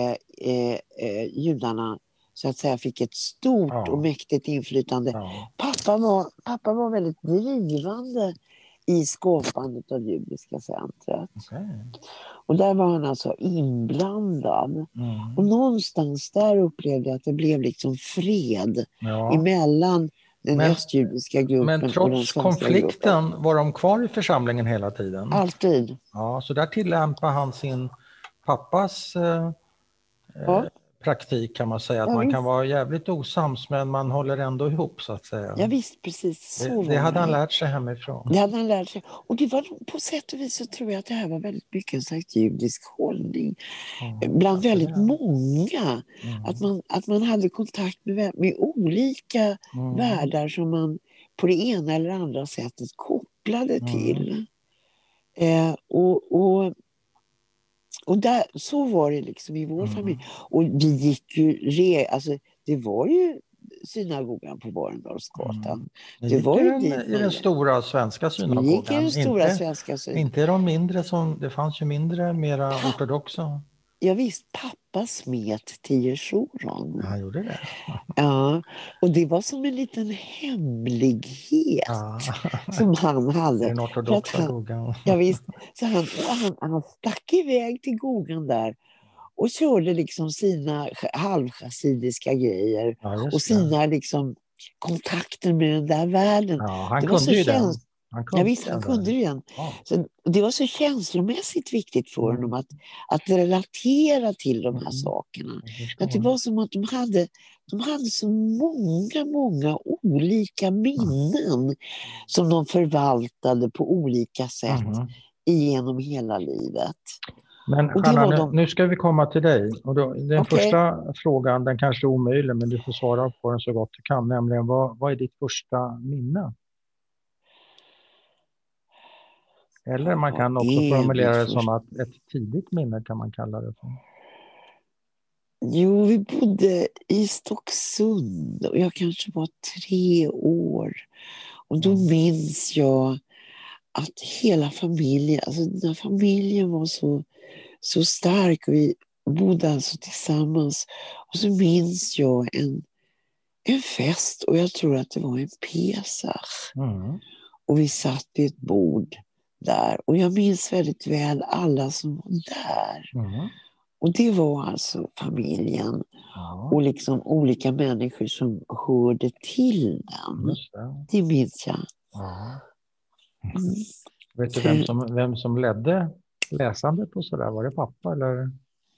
judarna så att säga fick ett stort och mäktigt inflytande. Pappa var väldigt drivande i skapandet av Judiska centret. Okay. Och där var han alltså inblandad. Och någonstans där upplevde jag att det blev liksom fred emellan den östjudiska gruppen men och den trots svenska konflikten gruppen. var de kvar i församlingen hela tiden? Alltid. Ja, så där tillämpar han sin pappas praktik kan man säga. Att man kan vara jävligt osams men man håller ändå ihop så att säga. Ja visst, precis. Så det hade han lärt sig hemifrån. Det hade han lärt sig. Och det var på sätt och vis så tror jag att det här var väldigt mycket en slags judisk hållning. Bland väldigt många. Att man hade kontakt med olika världar som man på det ena eller andra sättet kopplade till. Och där, så var det liksom i vår familj. Och vi gick ju, alltså det var ju synagogan på Varendalsgatan. Det var ju i den stora svenska synagogan. Vi gick i den stora svenska synagogan. Inte de mindre det fanns ju mindre, mera ortodoxa. Ja visst, pappa smet till Jeshoron. Han gjorde det. Ja, och det var som en liten hemlighet som han hade. Den ortodoxa Gogan. Ja visst, så han stack iväg till Gogan där och körde liksom sina halvchassidiska grejer och sina liksom kontakter med den där världen. Ja, han kunde ju den. Han kunde ju den. Så det var så känslomässigt viktigt för honom att relatera till de här sakerna. Att det var som att de hade så många olika minnen som de förvaltade på olika sätt genom hela livet. Men Hanna, nu ska vi komma till dig. Och den första frågan, den kanske är omöjlig, men du får svara på den så gott du kan. Nämligen, vad är ditt första minne? Eller man kan också formulera det som att ett tidigt minne kan man kalla det för. Jo, vi bodde i Stocksund och jag kanske var 3 år. Och då minns jag att hela familjen, alltså den här familjen var så stark och vi bodde alltså tillsammans. Och så minns jag en fest och jag tror att det var en Pesach. Och vi satt vid ett bord där. Och jag minns väldigt väl alla som var där. Och det var alltså familjen. Och liksom olika människor som hörde till den. Det minns jag. Vet du vem som ledde läsandet och sådär? Var det pappa eller?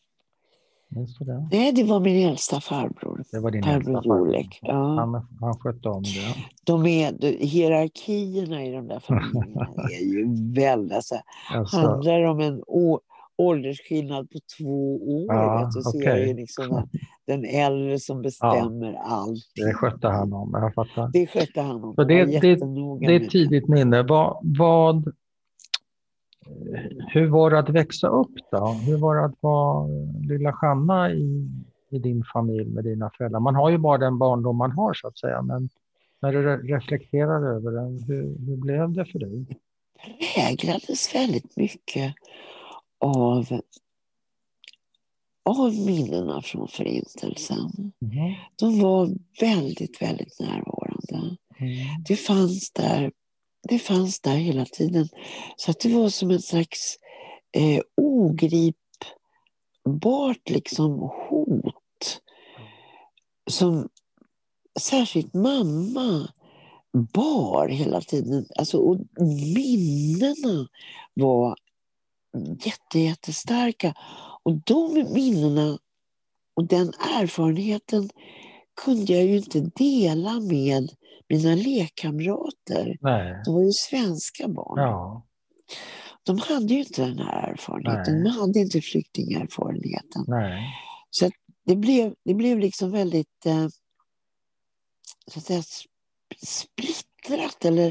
Nej, det var min äldsta farbror. Det var din farbror äldsta farbror. Jolek. Ja. Han skötte om det. Hierarkierna i de där familjerna är ju väldigt... Alltså. Handlar om en åldersskillnad på 2 år. Så är det liksom den äldre som bestämmer allt. Det skötte han om, jag fattar. Det skötte han om. Så det är ett tidigt minne. Hur var det att växa upp då? Hur var det att vara lilla Hanna i din familj med dina föräldrar? Man har ju bara den barndom man har så att säga, men när du reflekterar över den, hur blev det för dig? Präglades väldigt mycket av minnena från förintelsen. De var väldigt, väldigt närvarande. Det fanns där hela tiden. Så att det var som en slags ogripbart liksom hot. Som särskilt mamma bar hela tiden. Alltså, och minnena var jättestarka. Och de minnena och den erfarenheten kunde jag ju inte dela med mina lekkamrater. Nej. De var ju svenska barn. Ja. De hade ju inte den här erfarenheten. De hade inte flyktingerfarenheten. Nej. Så att det blev liksom väldigt så att säga, splittrat eller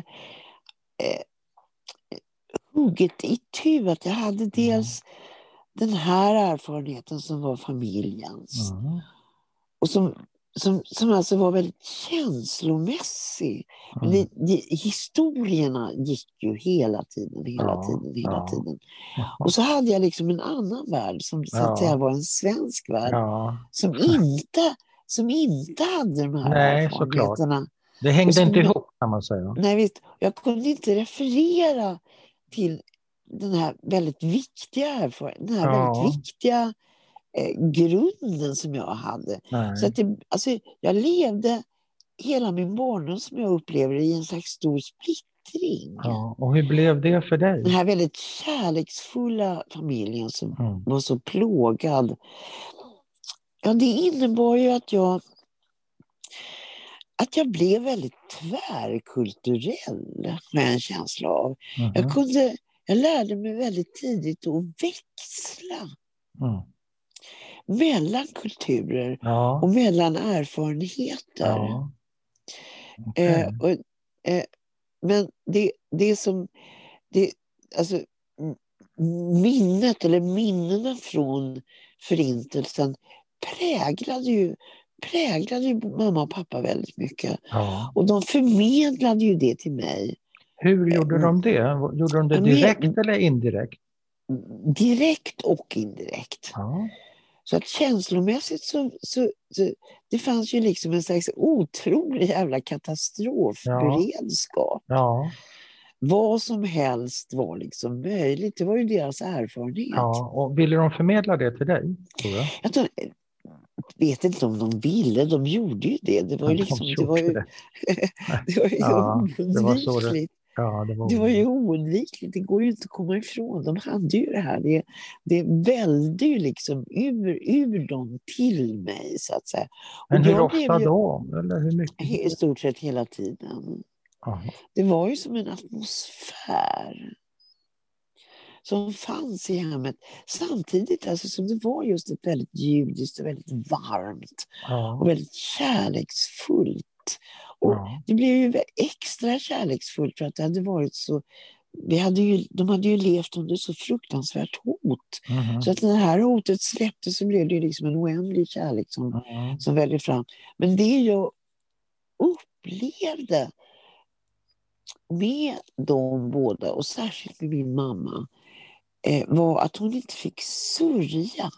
hugget i tu. Att jag hade dels den här erfarenheten som var familjens. Och som alltså var väldigt känslomässig. Men historierna gick ju hela tiden. Och så hade jag liksom en annan värld som så att säga var en svensk värld. Som inte hade de här erfarenheterna. Det hängde inte ihop, kan man säga. Nej, visst. Jag kunde inte referera till den här väldigt viktiga väldigt viktiga grunden som jag hade. Nej. Så att jag levde hela min barndom som jag upplever i en slags stor splittring. Ja, och hur blev det för dig? Den här väldigt kärleksfulla familjen som var så plågad. Ja, det innebar ju att jag blev väldigt tvärkulturell, har jag en känsla av. Jag lärde mig väldigt tidigt att växla mellan kulturer och mellan erfarenheter. Ja. Okay. Men minnena från förintelsen präglade ju mamma och pappa väldigt mycket. Ja. Och de förmedlade ju det till mig. Hur gjorde de det? Gjorde de det direkt eller indirekt? Direkt och indirekt. Ja. Så att känslomässigt så det fanns ju liksom en slags otrolig jävla katastrofberedskap. Ja. Vad som helst var liksom möjligt. Det var ju deras erfarenhet. Ja, och ville de förmedla det till dig, tror jag? Jag vet inte om de ville, de gjorde ju det. Det var ju liksom, det var ju oundvikligt. Det var ju oundvikligt, det går ju inte att komma ifrån. De hade ju det här, det välde ju liksom ur dem till mig, så att säga. Men hur ofta då? Eller hur mycket? I stort sett hela tiden. Det var ju som en atmosfär som fanns i hemmet. Samtidigt alltså, som det var just ett väldigt judiskt och väldigt varmt och väldigt kärleksfullt. Och det blev ju extra kärleksfullt för att det hade varit så... de hade ju levt under så fruktansvärt hot. Så att när det här hotet släpptes så blev det ju liksom en oändlig kärlek som välde fram. Men det jag upplevde med de båda, och särskilt med min mamma, var att hon inte fick sörja.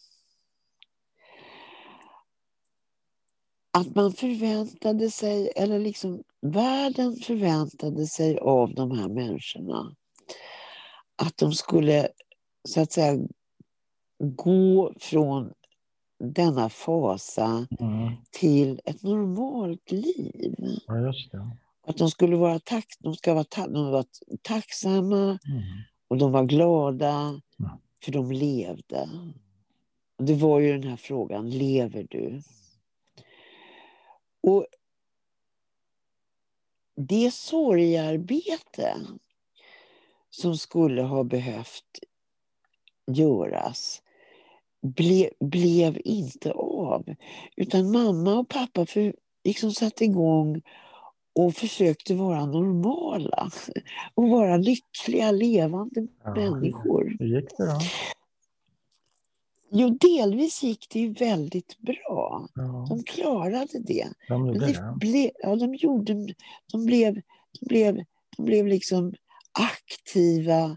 Att man förväntade sig, eller liksom världen förväntade sig av de här människorna att de skulle, så att säga, gå från denna fasa till ett normalt liv. Ja, just det. Att de skulle vara tacksamma och de var glada för de levde. Och det var ju den här frågan, lever du? Och det sorgarbete som skulle ha behövt göras blev inte av. Utan mamma och pappa liksom satte igång och försökte vara normala och vara lyckliga, levande människor. Hur gick det då? Jo, delvis gick det ju väldigt bra. Ja. De klarade det. De blev liksom aktiva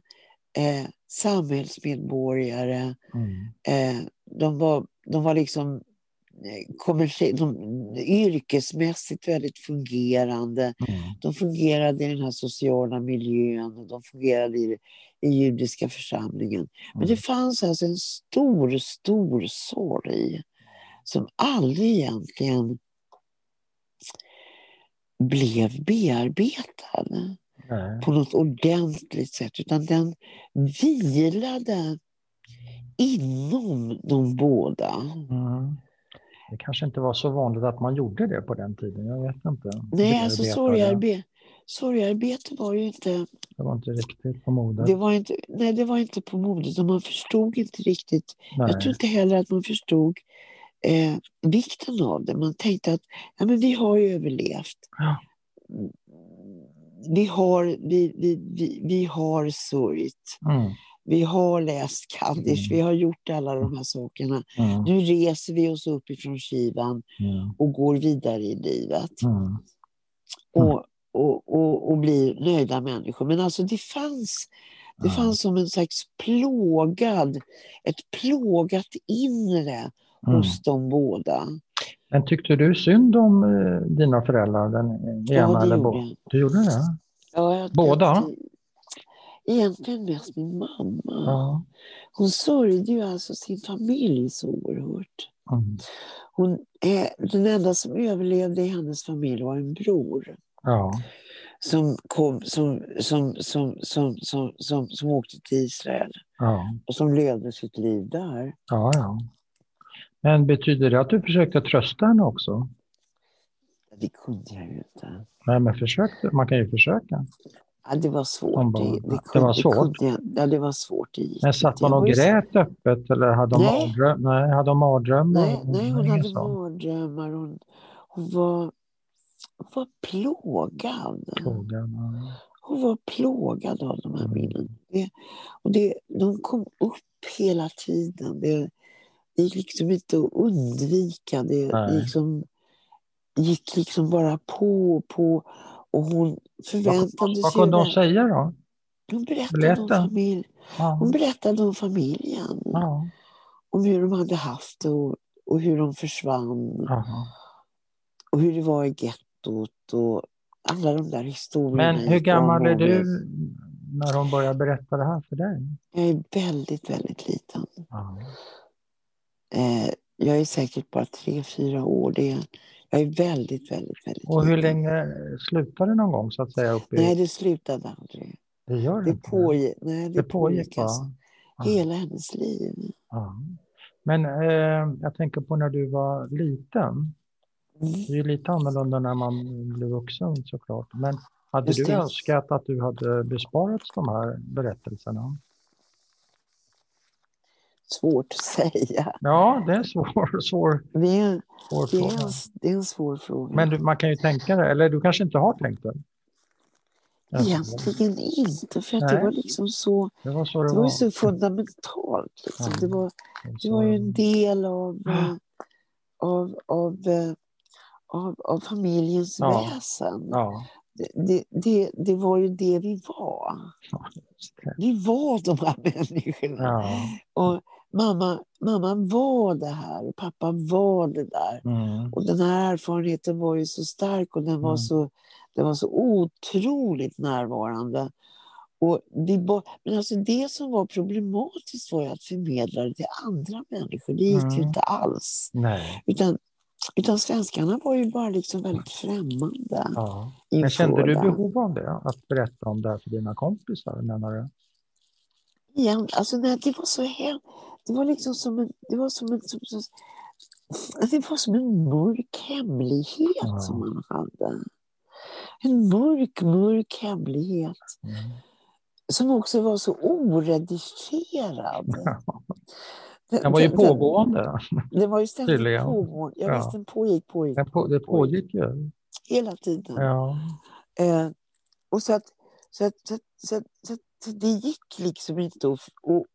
samhällsmedborgare. De var liksom yrkesmässigt väldigt fungerande. De fungerade i den här sociala miljön. De fungerade i judiska församlingen. Men det fanns alltså en stor sorg som aldrig egentligen blev bearbetad på något ordentligt sätt, utan den vilade inom de båda. Det kanske inte var så vanligt att man gjorde det på den tiden, jag vet inte. Nej, alltså sorgarbete var ju inte... Det var inte riktigt på modet. Det var inte på modet, och man förstod inte riktigt. Nej. Jag tror inte heller att man förstod vikten av det. Man tänkte att men vi har ju överlevt. Ja. Vi har sörjt. Vi har läst Kaddish, vi har gjort alla de här sakerna. Nu reser vi oss upp ifrån skivan och går vidare i livet. Och blir nöjda människor. Men alltså det fanns som en slags ett plågat inre hos de båda. Men tyckte du synd om dina föräldrar? Den ena det eller gjorde jag. Du gjorde det? Ja, jag Båda? egentligen mest min mamma. Ja. Hon sörjde ju alltså sin familj så oerhört. Den enda som överlevde i hennes familj var en bror. Ja. Som åkte till Israel. Ja. Och som levde sitt liv där. Ja. Men betyder det att du försökte trösta henne också? Det kunde jag ju inte. Nej, men man kan ju försöka. Ja, det var svårt. Det var svårt. Det var svårt. Men satt hon och grät öppet eller hade hon mardrömmar? Nej, hon hade mardrömmar. Hon var plågad. Hon var plågad av de här minnen. De kom upp hela tiden. Det gick liksom inte att undvika. Det gick liksom bara på. Och hon förväntade sig... Vad kunde hon säga då? Hon berättade om familjen. Ja. Om hur de hade haft det och hur de försvann. Aha. Och hur det var i gettot och alla de där historierna. Men hur gammal är du när hon började berätta det här för dig? Jag är väldigt, väldigt liten. Aha. Jag är säkert bara 3-4 år. Jag är väldigt, väldigt, väldigt Och hur liten. länge slutade det någon gång så att säga? Nej, det slutade aldrig. Det gör det det pågick alltså. Hela hennes liv. Ja. Men jag tänker på när du var liten. Det är ju lite annorlunda när man blir vuxen såklart. Men hade du önskat att du hade besparats de här berättelserna? Svårt att säga. Ja, det är svår det är en svår fråga. Men man kan ju tänka det, eller du kanske inte har tänkt det? Egentligen inte, för att det var liksom så... Det var ju så fundamentalt. Liksom. Ja. Det var ju en del av familjens väsen. Ja. Det var ju det vi var. Vi var de här människorna. Ja. Och mamma var det här och pappa var det där. Och den här erfarenheten var ju så stark och den var så otroligt närvarande. Men alltså det som var problematiskt var ju att förmedla det till andra människor. Det gick ju inte alls. Nej. Utan svenskarna var ju bara liksom väldigt främmande. Ja. Men kände du behov av det? Att berätta om det här för dina kompisar, menar du? Ja, alltså nej, det var så hemskt. Det var liksom som en mörk hemlighet som man hade. En mörk hemlighet. Som också var så oredigerad. Den var ju pågående. Det var ju ständigt pågående. Ja, visst, den pågick. Det pågick ju. Hela tiden. Ja. Och så det gick liksom inte att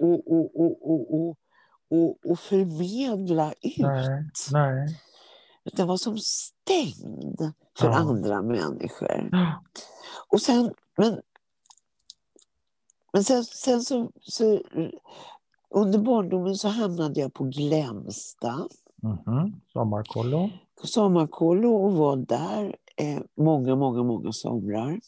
förmedla ut. Nej. Den var som stängd för andra människor. Och sen så under barndomen så hamnade jag på Glämsta. Sommarkollo och var där många somrar.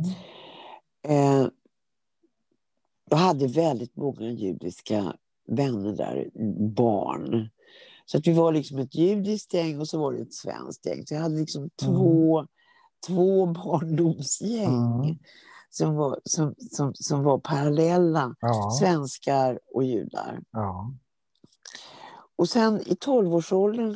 Jag hade väldigt många judiska vänner där, barn. Så att vi var liksom ett judiskt gäng och så var det ett svenskt gäng. Så jag hade liksom två barndomsgäng som var parallella, svenskar och judar. Ja. Och sen i 12-årsåldern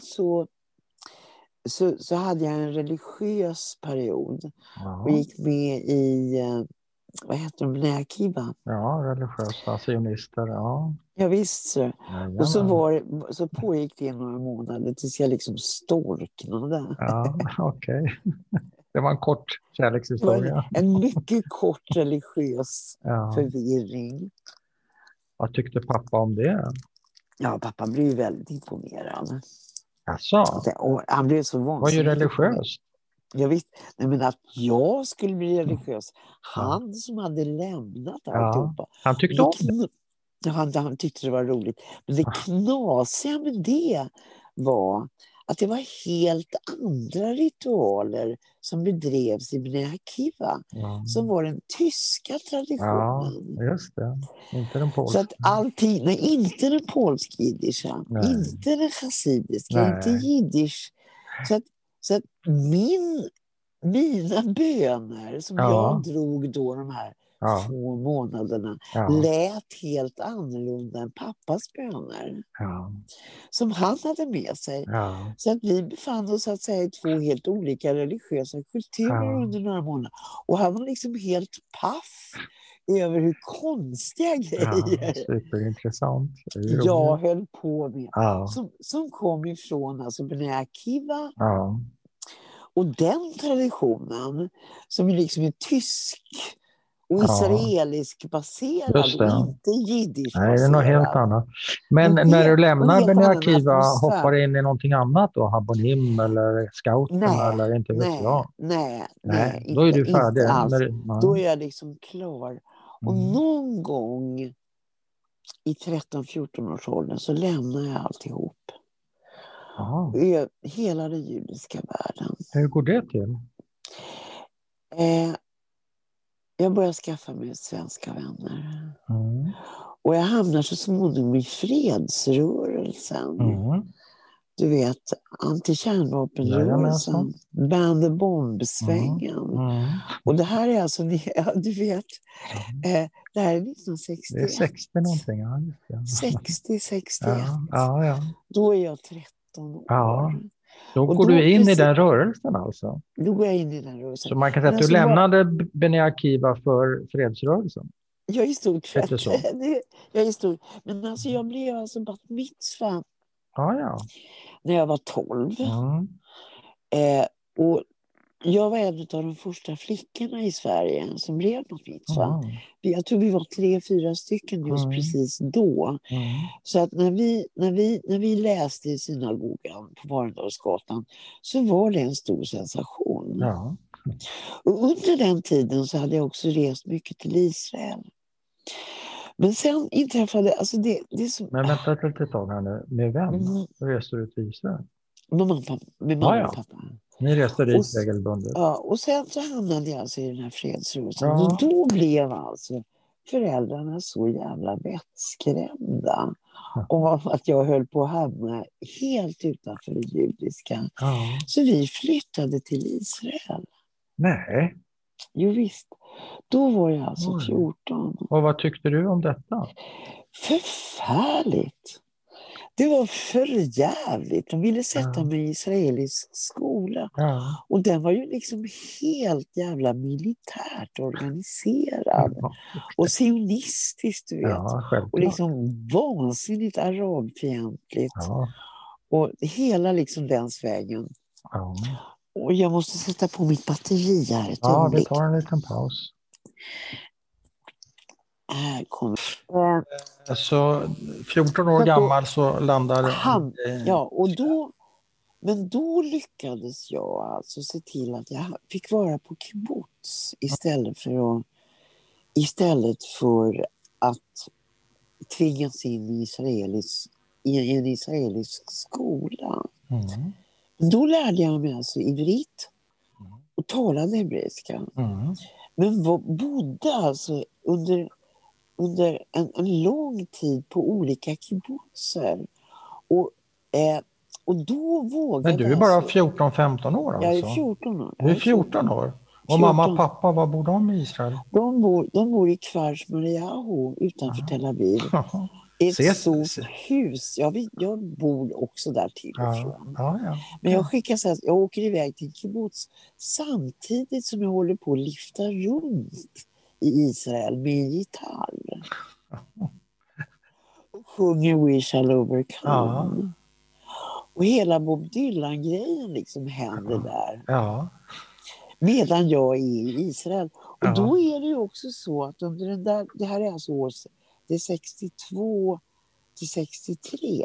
så hade jag en religiös period och gick med i vad heter de, Bnei Akiva? Ja, religiösa sionister, ja. Ja, visst så. Och så pågick det några månader tills jag liksom storknade. Ja, okej. Det var en kort kärlekshistoria. En mycket kort religiös förvirring. Vad tyckte pappa om det? Ja, pappa blev ju väldigt imponerad. Jaså? Och han blev så vansinnigt. Var ju religiös. Jag visste, men att jag skulle bli religiös. Han som hade lämnat alltihopa. Han tyckte om det. Han tyckte det var roligt. Men det knasiga med det var att det var helt andra ritualer som bedrevs i Bnei Akiva, som var den tyska traditionen. Ja, just det. Inte den polska. Så att alltid, inte den polsk-jiddischa, inte den chassidiska, inte jiddisch. Så att mina böner som jag drog då de här 2 månaderna lät helt annorlunda än pappas böner. Som han hade med sig. Så att vi befann oss att säga i 2 helt olika religiösa kulturer under några månader. Och han var liksom helt paff över hur konstiga grejer superintressant. jag höll på med. Som kom ifrån alltså Bnei Akiva. Och den traditionen som är liksom är tysk och israelisk baserad och inte jiddisch baserad. Nej, det är något helt annat. Men när du lämnar Bnei Akiva, hoppar du in i någonting annat då? Habonim eller scouterna eller inte vet jag? Nej, då är du färdig. Då är jag liksom klar. Och någon gång i 13-14 års åldern så lämnar jag alltihop. Hela den judiska världen. Hur går det till? Jag börjar skaffa mig svenska vänner. Och jag hamnar så småningom i fredsrörelsen. Du vet, antikärnvapenrörelsen, Ban the Bomb-svängen. Och det här är alltså, du vet, det här är 1961. Det är 60 någonting, ja. 60-61. Ja. Då är jag 13 år. Då går du in i den rörelsen alltså? Då går jag in i den rörelsen. Så man kan säga att du lämnade Bnei Akiva för fredsrörelsen? Jag i stort sett. Men alltså jag blev alltså bat mitzvah. När jag var 12. Och jag var en av de första flickorna i Sverige som blev bat mitzvah. Jag tror vi var 3-4 stycken just precis då. Så att när vi läste i synagogan på Varendalsgatan så var det en stor sensation. Och under den tiden så hade jag också rest mycket till Israel. Men sen inträffade alltså det som... Men vänta ett tag här nu. Med vem reste du till Israel? Med mamma och pappa. Ni reste dit regelbundet. Och sen så hamnade jag alltså i den här fredsrörelsen. Och då blev alltså föräldrarna så jävla vettskrämda om att jag höll på att hamna helt utanför det judiska. Så vi flyttade till Israel. Nej. Jo visst. Då var jag alltså 14. Och vad tyckte du om detta? Förfärligt. Det var för jävligt. De ville sätta mig i israelisk skola. Och den var ju liksom helt jävla militärt organiserad. Och sionistiskt, du vet. Och liksom vansinnigt arabfientligt. Och hela liksom den vägen. Och jag måste sätta på mitt batteri här. Vi tar en liten paus. Här kommer. Så 14 år gammal så landar han. Men då lyckades jag alltså se till att jag fick vara på kibbutz istället för att tvingas in i en israelisk skola. Då lärde jag mig alltså ivrit och talade hebreiska. Men bodde alltså under en lång tid på olika kibbutzer. Och då vågade... Men du är bara 14-15 år alltså? Jag är 14 år. Du är 14 år? Och mamma och pappa, var bor de i Israel? De bor i Kfar Shmariahu utanför Tel Aviv. Ett stort hus. Jag bor också där till och från. Men jag åker iväg till kibbutz samtidigt som jag håller på att lyfta runt i Israel med en gitarr. Och sjunger We Shall Overcome. Och hela Bob Dylan-grejen liksom händer där. Medan jag är i Israel. Och då är det ju också så att under den där, det här är alltså det är 62 till 63.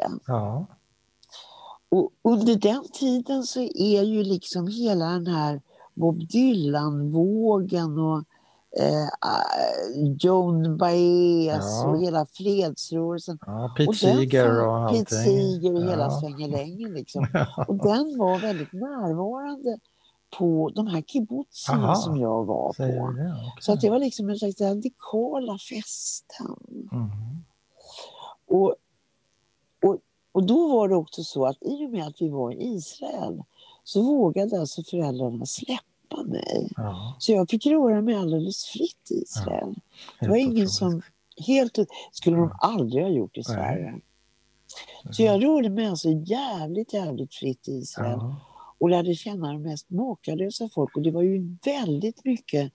Och under den tiden så är ju liksom hela den här Bob Dylan-vågen och Joan Baez och hela fredsrörelsen. Ja, Pete Seeger och allting. Pete Seeger och hela svängelängen liksom. Och den var väldigt närvarande på de här kibbutzerna som jag var på. Okay. Så att det var liksom en slags radikala festen. Mm. Och då var det också så att i och med att vi var i Israel så vågade alltså föräldrarna släppa mig. Ja. Så jag fick röra mig alldeles fritt i Israel. Det var ingen som skulle de aldrig ha gjort i Sverige. Så jag rörde mig alltså jävligt fritt i Israel. Ja. Och lärde känna de mest makalösa folk. Och det var ju väldigt mycket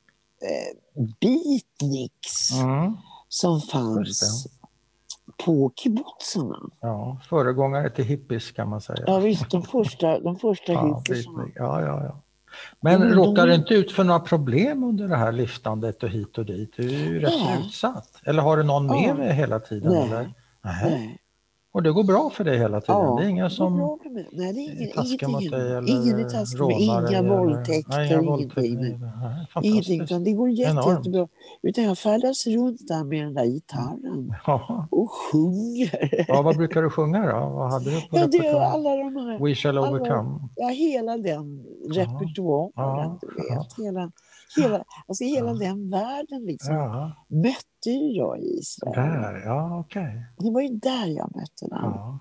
beatniks som fanns på kibbutzerna. Ja, föregångare till hippies kan man säga. Ja visst, de första hippiesarna. Ja. Men råkar du inte ut för några problem under det här lyftandet och hit och dit? Du är ju rätt utsatt. Eller har du någon med dig hela tiden? Nej. Eller? Nej. Och det går bra för dig hela tiden? Ja, det är ingen som nej, det är taskar mot dig eller ingen är taskig med inga våldtäkter, ingenting. Utan det går jättebra. Utan jag färdas runt där med den där gitarren och sjunger. Ja, vad brukar du sjunga då? Vad hade du på det är alla de här. We Shall Overcome. Hela den repertoaren, du vet. Hela den världen liksom mötte jag i Israel. Där, okej. Det var ju där jag mötte den. Ja.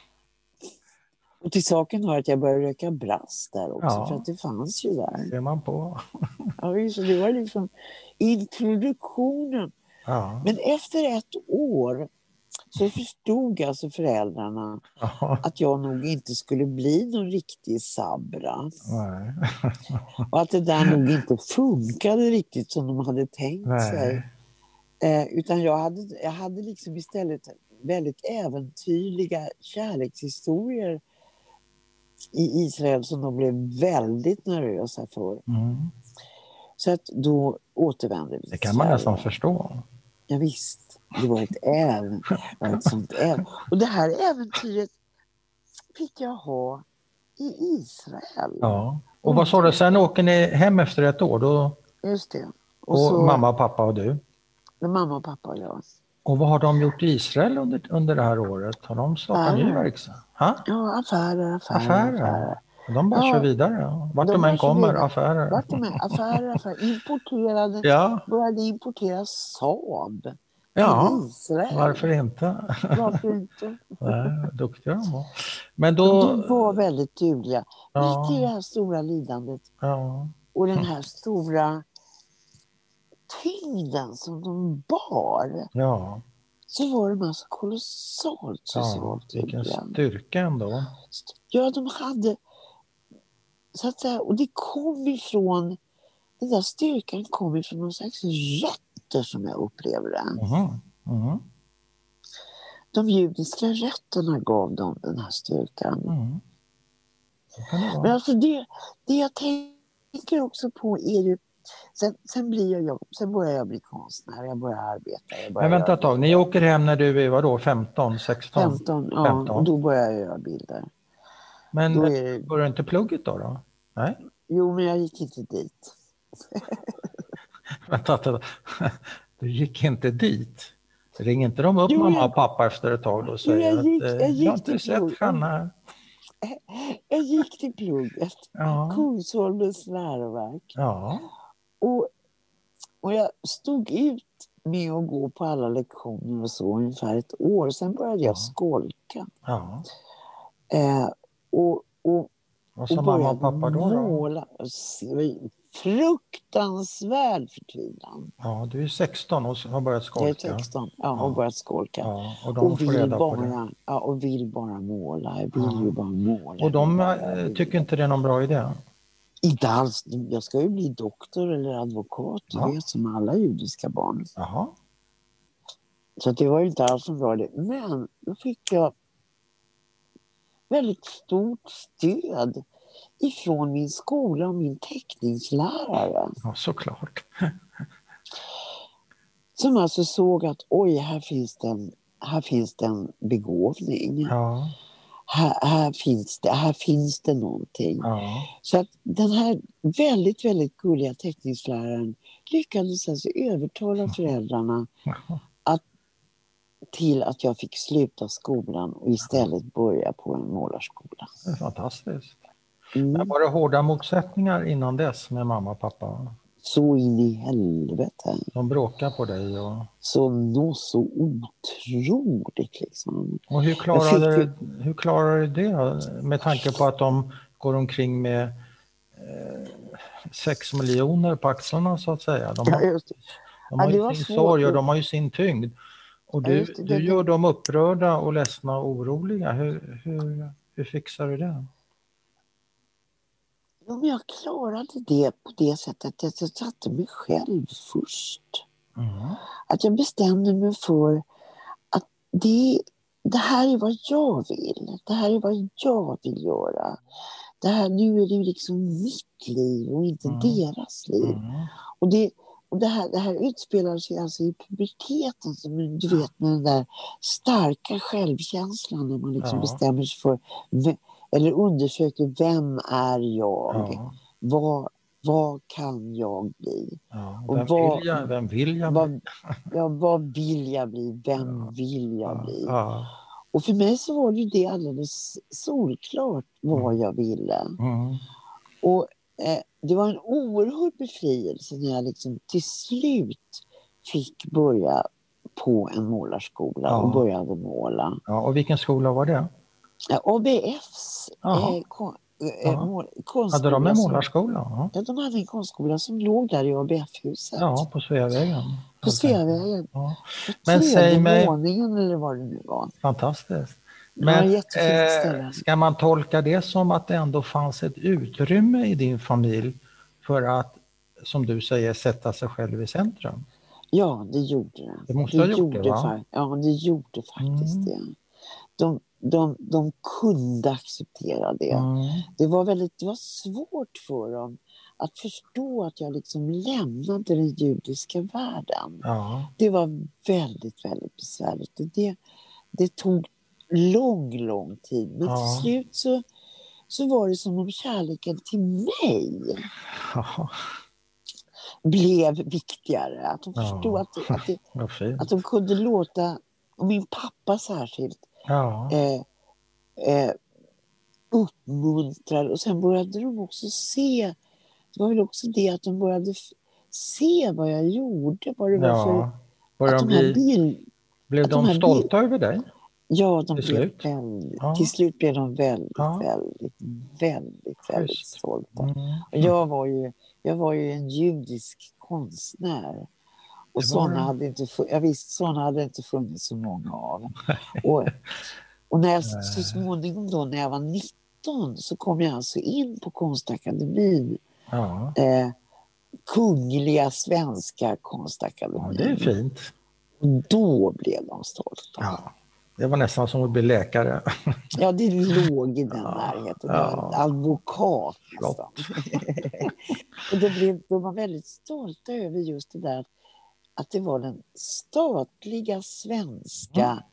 Och till saken har att jag började röka brass där också, för att det fanns ju där. Ser man på. Så det var liksom introduktionen. Ja. Men efter ett år så förstod alltså föräldrarna att jag nog inte skulle bli någon riktig sabra. Nej. Och att det där nog inte funkade riktigt som de hade tänkt sig. Utan jag hade liksom istället väldigt äventyrliga kärlekshistorier i Israel som de blev väldigt nervösa för. Så att då återvände vi. Det kan man nästan förstå. Ja, visst, det var ett sånt äventyr. Och det här äventyret fick jag ha i Israel. Ja. Och vad sa du, sen åker ni hem efter ett år då? Just det. Och så, mamma och pappa och du? Mamma och pappa och jag. Och vad har de gjort i Israel under det här året? Har de startat ny verksamhet? Ja, affärer. De bara kör vidare. Vart de än kommer, affärer. Importerade. Började importera Saab. Ja, Israel. Varför inte? Nej, duktiga de var. Men de var väldigt dugliga. Mitt i det här stora lidandet. Och den här stora tyngden som de bar. Så var de alltså kolossalt socialt vilken styrka ändå. Ja, de hade så att säga, och det kom ifrån den där styrkan kom ifrån någon slags rötter som jag upplever det. De judiska rötterna gav dem den här styrkan. Men alltså det jag tänker också på är ju sen börjar jag bli konstnär, jag börjar arbeta. Men vänta ett tag, ni åker hem när du är vadå, 15, 16? 15, och då börjar jag göra bilder. Men börjar inte plugget då? Nej? Jo, men jag gick inte dit. Vänta, du gick inte dit? Ring inte de upp mamma och pappa efter ett tag och säger jag har inte sett Hanna här. Jag gick till plugget. Kungsholmens läroverk. Och jag stod ut med att gå på alla lektioner och så ungefär ett år. Sen började jag skolka. Vad sa mamma och pappa då? Måla. Fruktansvärd förtvivlan. Ja, du är 16 och har börjat skolka. Jag är 16, och börjat skolka. Och de får reda på det. Och vill bara måla. Jag vill ju bara måla. Och de tycker inte det är någon bra idé? Inte alls. Jag ska ju bli doktor eller advokat, du vet, som alla judiska barn. Så det var ju inte alls en bra idé. Men då fick jag väldigt stort stöd ifrån min skola och min teckningslärare. Ja, såklart. Som alltså såg att oj, här finns det en begåvning. här finns det någonting. Ja. Så att den här väldigt, väldigt gulliga teckningsläraren lyckades alltså övertala föräldrarna till att jag fick sluta skolan och istället börja på en målarskola. Det är fantastiskt. Men var det hårda motsättningar innan dess med mamma och pappa? Så in i helvete. De bråkar på dig? Så otroligt liksom. Och hur klarar du det med tanke på att de går omkring med 6 miljoner på axlarna så att säga? De har ju sin sorg och de har ju sin tyngd. Och du gör dem upprörda och ledsna och oroliga. Hur fixar du det? Ja, men jag klarade det på det sättet att jag satte mig själv först. Att jag bestämde mig för att det här är vad jag vill. Det här är vad jag vill göra. Nu är det liksom mitt liv och inte deras liv. Och det här utspelar sig alltså i puberteten, som du vet, med den där starka självkänslan när man liksom bestämmer sig för eller undersöker vem är jag? Vad kan jag bli? Vem vill jag bli? Vad vill jag bli? Vem vill jag bli? Och för mig så var det alldeles solklart vad jag ville. Och det var en oerhörd befrielse när jag liksom till slut fick börja på en målarskola och började måla. Ja, och vilken skola var det? ABFs konstskola. Hade de en målarskola? Ja, de hade en konstskola som låg där i ABF-huset. Ja, på Sveavägen. På Sveavägen. Ja. Men säg mig... våningen eller vad det nu var. Fantastiskt. Men ska man tolka det som att det ändå fanns ett utrymme i din familj för att, som du säger, sätta sig själv i centrum? Ja, det gjorde det. Det måste ha gjort det, va? Ja, det gjorde faktiskt det. De kunde acceptera det. Det var svårt för dem att förstå att jag liksom lämnade den judiska världen. Det var väldigt, väldigt besvärligt. Det tog lång tid. Men till slut så var det som om kärleken till mig blev viktigare. Att de förstod att de kunde låta, och min pappa särskilt, uppmuntrade. Och sen började de också se, det var väl också det att de började se vad jag gjorde. Vad det var för... Att blev de stolta över dig? Ja, till slut blev de väldigt stolta. Och jag var ju en judisk konstnär. Och sådana hade inte funnits så många av. Och när jag så småningom då, när jag var 19, så kom jag alltså in på Konstakademin. Kungliga svenska konstakademin. Ja, det är fint. Och då blev de stolta. Ja. Det var nästan som att bli läkare. Ja, det låg i den närheten. Advokat nästan. Och de var väldigt stolta över just det där att det var den statliga svenska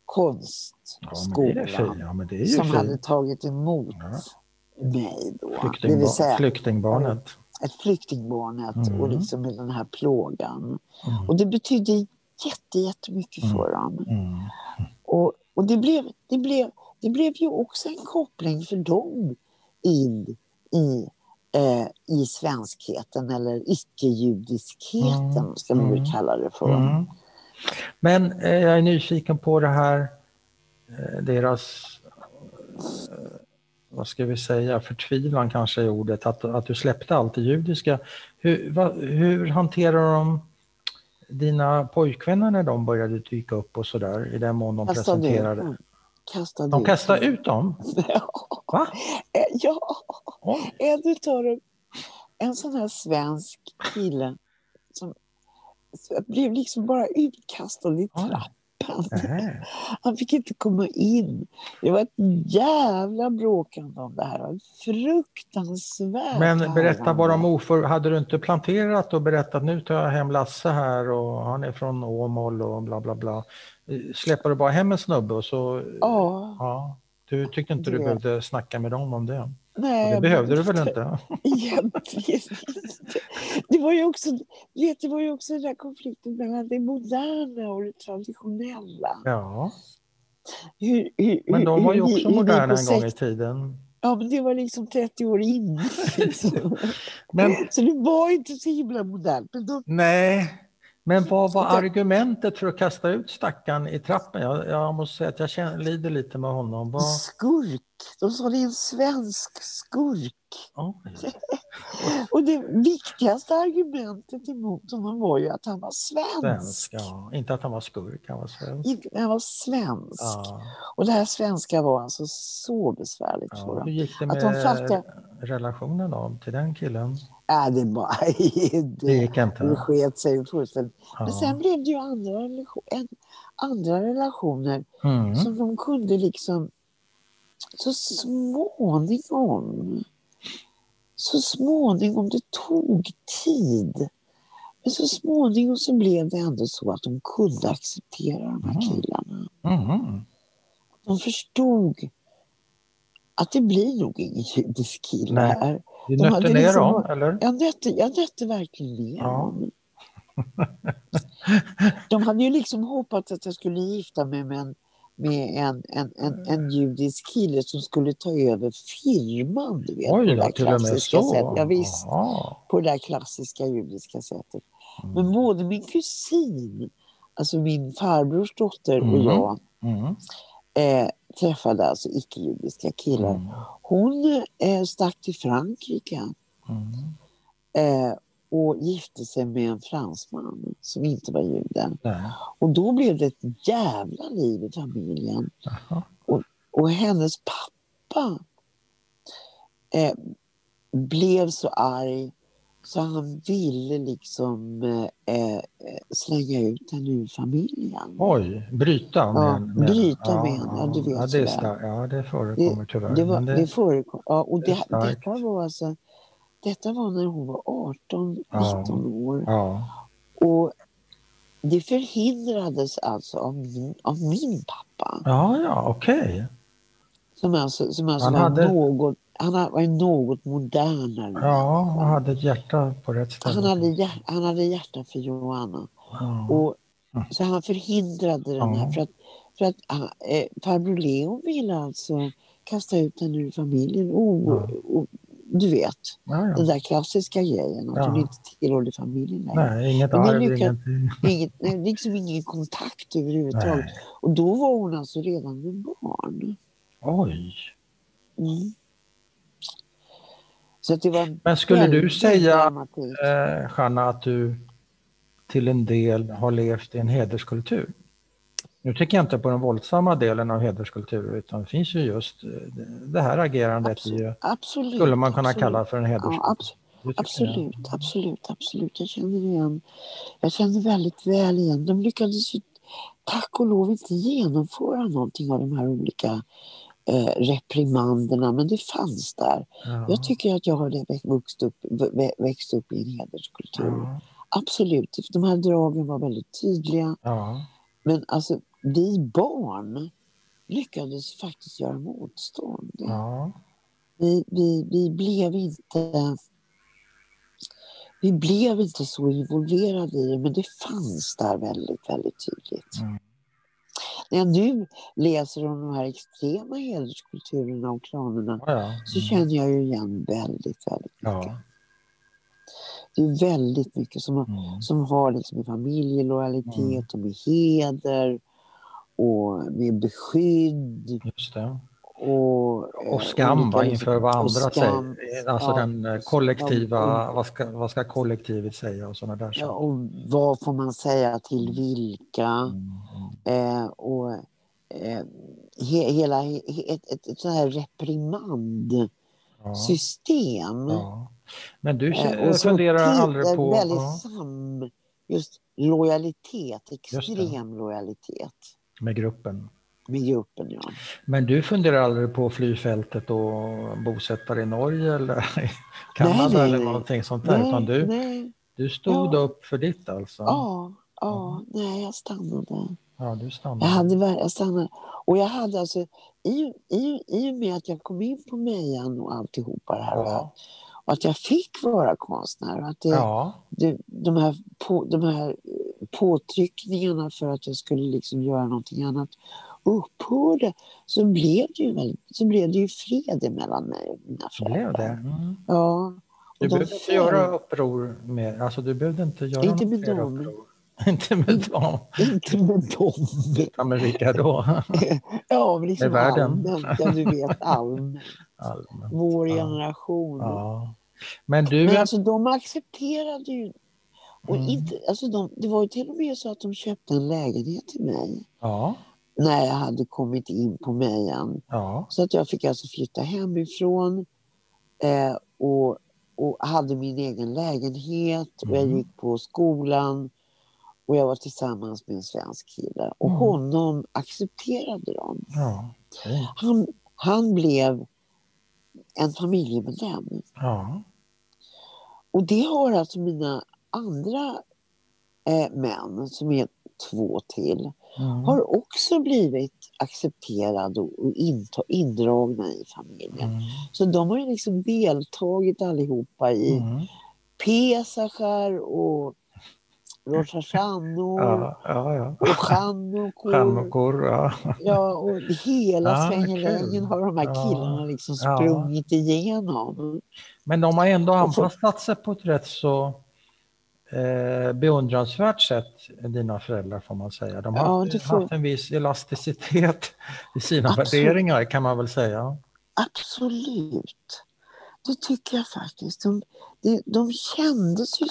konstskolan som hade tagit emot mig då. Det vill säga, flyktingbarnet. Ett flyktingbarnet och liksom med den här plågan. Och det betydde jättemycket för dem. Och det blev ju också en koppling för dem in i svenskheten eller icke-judiskheten, ska man väl kalla det för. Men jag är nyfiken på det här, deras, vad ska vi säga, förtvivlan kanske är ordet, att du släppte allt det judiska. Hur hanterar de dina pojkvänner när de började dyka upp och sådär, i den mån de presenterade? De kastade ut dem? Va? Ja, en sån här svensk kille som blev liksom bara utkastad i trappan. Han fick inte komma in. Det var ett jävla bråkande om det här. Fruktansvärt. Men berätta bara om hade du inte planterat och berättat nu tar jag hem Lasse här och han är från Åmål och bla bla bla. Släpper du bara hem en snubbe och så... Ja. Du tyckte inte du behövde snacka med dem om det? Nej, och det behövde du väl inte? Egentligen inte. Det var ju också den där konflikten mellan det moderna och det traditionella. Ja. Men de var ju också moderna en gång i tiden. Ja, men det var liksom 30 år innan. Liksom. Så det var inte så himla modernt. Nej, men vad var argumentet för att kasta ut stackaren i trappen? Jag måste säga att jag lider lite med honom. Skurk. De sa det är en svensk skurk. Och det viktigaste argumentet emot honom var ju att han var svensk. Ja. Inte att han var skurk, han var svensk. Han var svensk. Ja. Och det här svenska var alltså så besvärligt för dem. Hur gick det med relationen då, till den killen? Det gick inte. Det sket sig fullständigt. Ja. Men sen blev det ju andra relationer som de kunde liksom så småningom det tog tid. Men så småningom så blev det ändå så att de kunde acceptera de här killarna. De förstod att det blir nog ingen judisk kille här. Du nötte ner dem, eller? Jag nötte verkligen ner dem. De hade ju liksom hoppats att jag skulle gifta mig med en judisk kille som skulle ta över firman, du vet. Oj, på det där klassiska sättet. Ja, visst, på det där klassiska judiska sättet. Men både min kusin, alltså min farbrors dotter och jag träffade alltså icke-judiska killar. Hon stack till Frankrike och gifte sig med en fransman som inte var jude. Och då blev det ett jävla liv i familjen. Och hennes pappa blev så arg så han ville liksom slänga ut henne ur familjen. Oj, bryta med bryta med henne. Ja, du vet det förekommer tyvärr. Det förekommer. Ja, och detta var när hon var 18-19 år. Och det förhindrades alltså av min pappa. Okej. Som var något modernare. Ja, han hade ett hjärta på rätt ställe. Han hade hjärta för Johanna. Och så han förhindrade den här för att farbror Leo ville alltså kasta ut henne ur familjen och du vet, den där klassiska grejen att hon inte tillhörde familjen längre. Nej, inget arv, ingenting. Liksom ingen kontakt överhuvudtaget. Och då var hon alltså redan med barn. Oj. Så att det var men skulle du säga, Jeanna, att du till en del har levt i en hederskultur? Nu tycker jag inte på den våldsamma delen av hederskultur, utan det finns ju just det här agerandet absolut, skulle man kunna kalla för en hederskultur. Absolut. Jag känner väldigt väl igen. De lyckades ju tack och lov inte genomföra någonting av de här olika reprimanderna, men det fanns där. Jag tycker att jag har växt upp i en hederskultur. Absolut, de här dragen var väldigt tydliga. Men alltså, vi barn lyckades faktiskt göra motstånd. Vi blev inte så involverade i det, men det fanns där väldigt, väldigt tydligt. När jag nu läser om de här extrema hederskulturerna och klanerna så känner jag ju igen väldigt, väldigt mycket. Det är väldigt mycket som har liksom med familjelojalitet och med heder och med beskydd. Just det. Och skam inför vad andra säger. Alltså den kollektiva, vad ska kollektivet säga och sådana där saker. Och vad får man säga till vilka. Hela ett sånt här reprimandsystem. Men du funderar aldrig på... just lojalitet, extrem lojalitet. Med gruppen. Med gruppen, ja. Men du funderar aldrig på flyfältet och bosättare i Norge eller i Kanada eller någonting sånt där? Utan du stod upp för ditt alltså? Ja, nej, jag stannade. Ja, du stannade. Jag stannade. Och jag hade alltså, i och med att jag kom in på Mejan och alltihopa det här. Ja. Och att jag fick vara konstnär. Och att de här påtryckningarna för att jag skulle liksom göra någonting annat upphörde, så blev det ju fred mellan mig och mina föräldrar. Blev det? Mm. Ja. Du behövde inte göra uppror med, alltså du behövde inte göra inte något med mer dem. uppror. Inte med dem. Inte med dem. Ja, men vilka då? Ja, men liksom med världen. Allmänt. Ja, du vet, allmänt. Vår generation. Ja. Men alltså de accepterade ju. Och inte, alltså det var ju till och med så att de köpte en lägenhet till mig. Ja. När jag hade kommit in på Mejan. Ja. Så att jag fick alltså flytta hemifrån. Och hade min egen lägenhet. Och jag gick på skolan. Och jag var tillsammans med en svensk kille. Och honom accepterade de. Ja. Han blev en familjemedlem. Ja. Och det har alltså mina andra män, som är 2 till, har också blivit accepterade och indragna i familjen. Så de har ju liksom deltagit allihopa i Pesachar och Rosh Hashanah och Chanukor. Ja, och hela svängelängen har de här killarna liksom sprungit igenom. Men de har ändå anpassat sig på ett rätt så beundransvärt sätt, dina föräldrar, får man säga. De har haft en viss elasticitet i sina värderingar, kan man väl säga. Absolut. Det tycker jag faktiskt. De kändes ju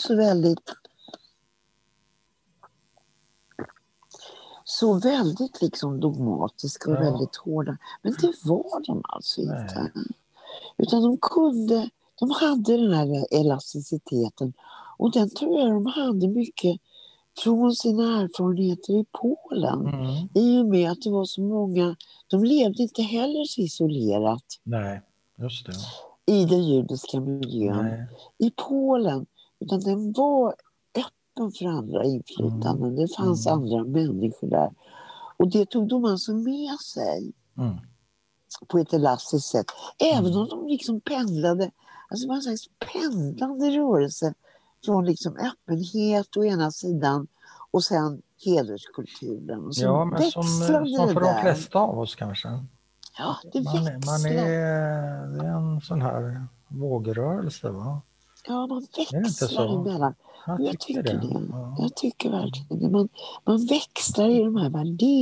så väldigt liksom dogmatiska och väldigt hårda. Men det var de alltså inte. Utan de hade den här elasticiteten. Och den tror jag de hade mycket från sina erfarenheter i Polen. I och med att det var så många, de levde inte heller så isolerat. Nej, just det. I den judiska miljön. I Polen. Utan den var öppen för andra inflytanden. Det fanns andra människor där. Och det tog de alltså med sig. På ett elastiskt sätt. Även om de liksom pendlade. Alltså det var en slags pendlande rörelse. Från liksom öppenhet å ena sidan. Och sen hederskulturen. Och så men som för de flesta av oss kanske. Ja, det växlar. Det är en sån här vågrörelse, va? Ja, man växlar emellan. Jag tycker det. Ja. Jag tycker verkligen det. Man växlar i de här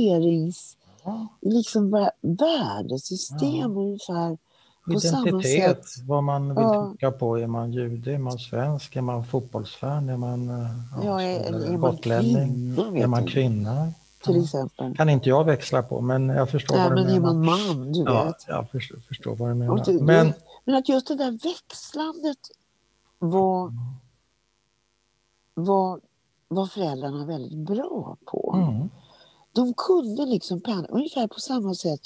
liksom värdesystem ungefär. Identitet, vad man vill trycka på. Är man jude, är man svensk, är man fotbollsfan, är man gotlänning, är man kvinna? Till exempel. Kan inte jag växla på, men jag förstår vad du menar. Men är man man, du vet. Jag förstår vad du menar. Men att just det där växlandet var föräldrarna väldigt bra på. De kunde liksom pendla ungefär på samma sätt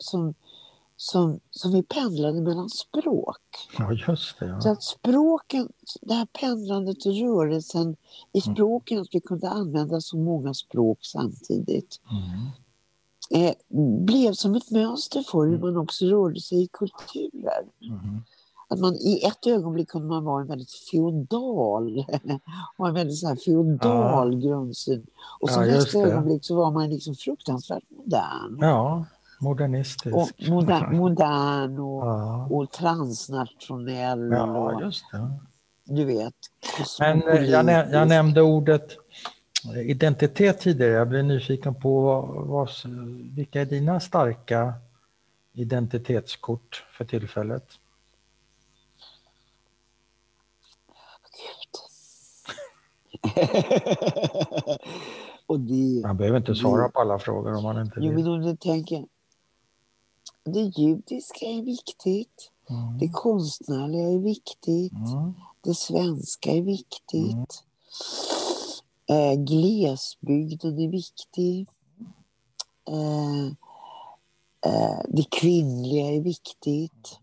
som vi pendlade mellan språk. Ja, just det. Ja. Så att språken, det här pendlandet och rörelsen i språken, att vi kunde använda så många språk samtidigt, blev som ett mönster för hur man också rörde sig i kulturer. Att man i ett ögonblick kunde man vara en väldigt feodal grundsyn. Och så nästa ögonblick så var man liksom fruktansvärt modern. Ja, modernistisk. Och modern och transnationell. Ja, just det. Du vet. Men jag nämnde ordet identitet tidigare. Jag blir nyfiken på vilka är dina starka identitetskort för tillfället? Och man behöver inte svara på alla frågor om man inte vill. Men om du tänker, det judiska är viktigt, det konstnärliga är viktigt, det svenska är viktigt, glesbygden är viktig, det kvinnliga är viktigt,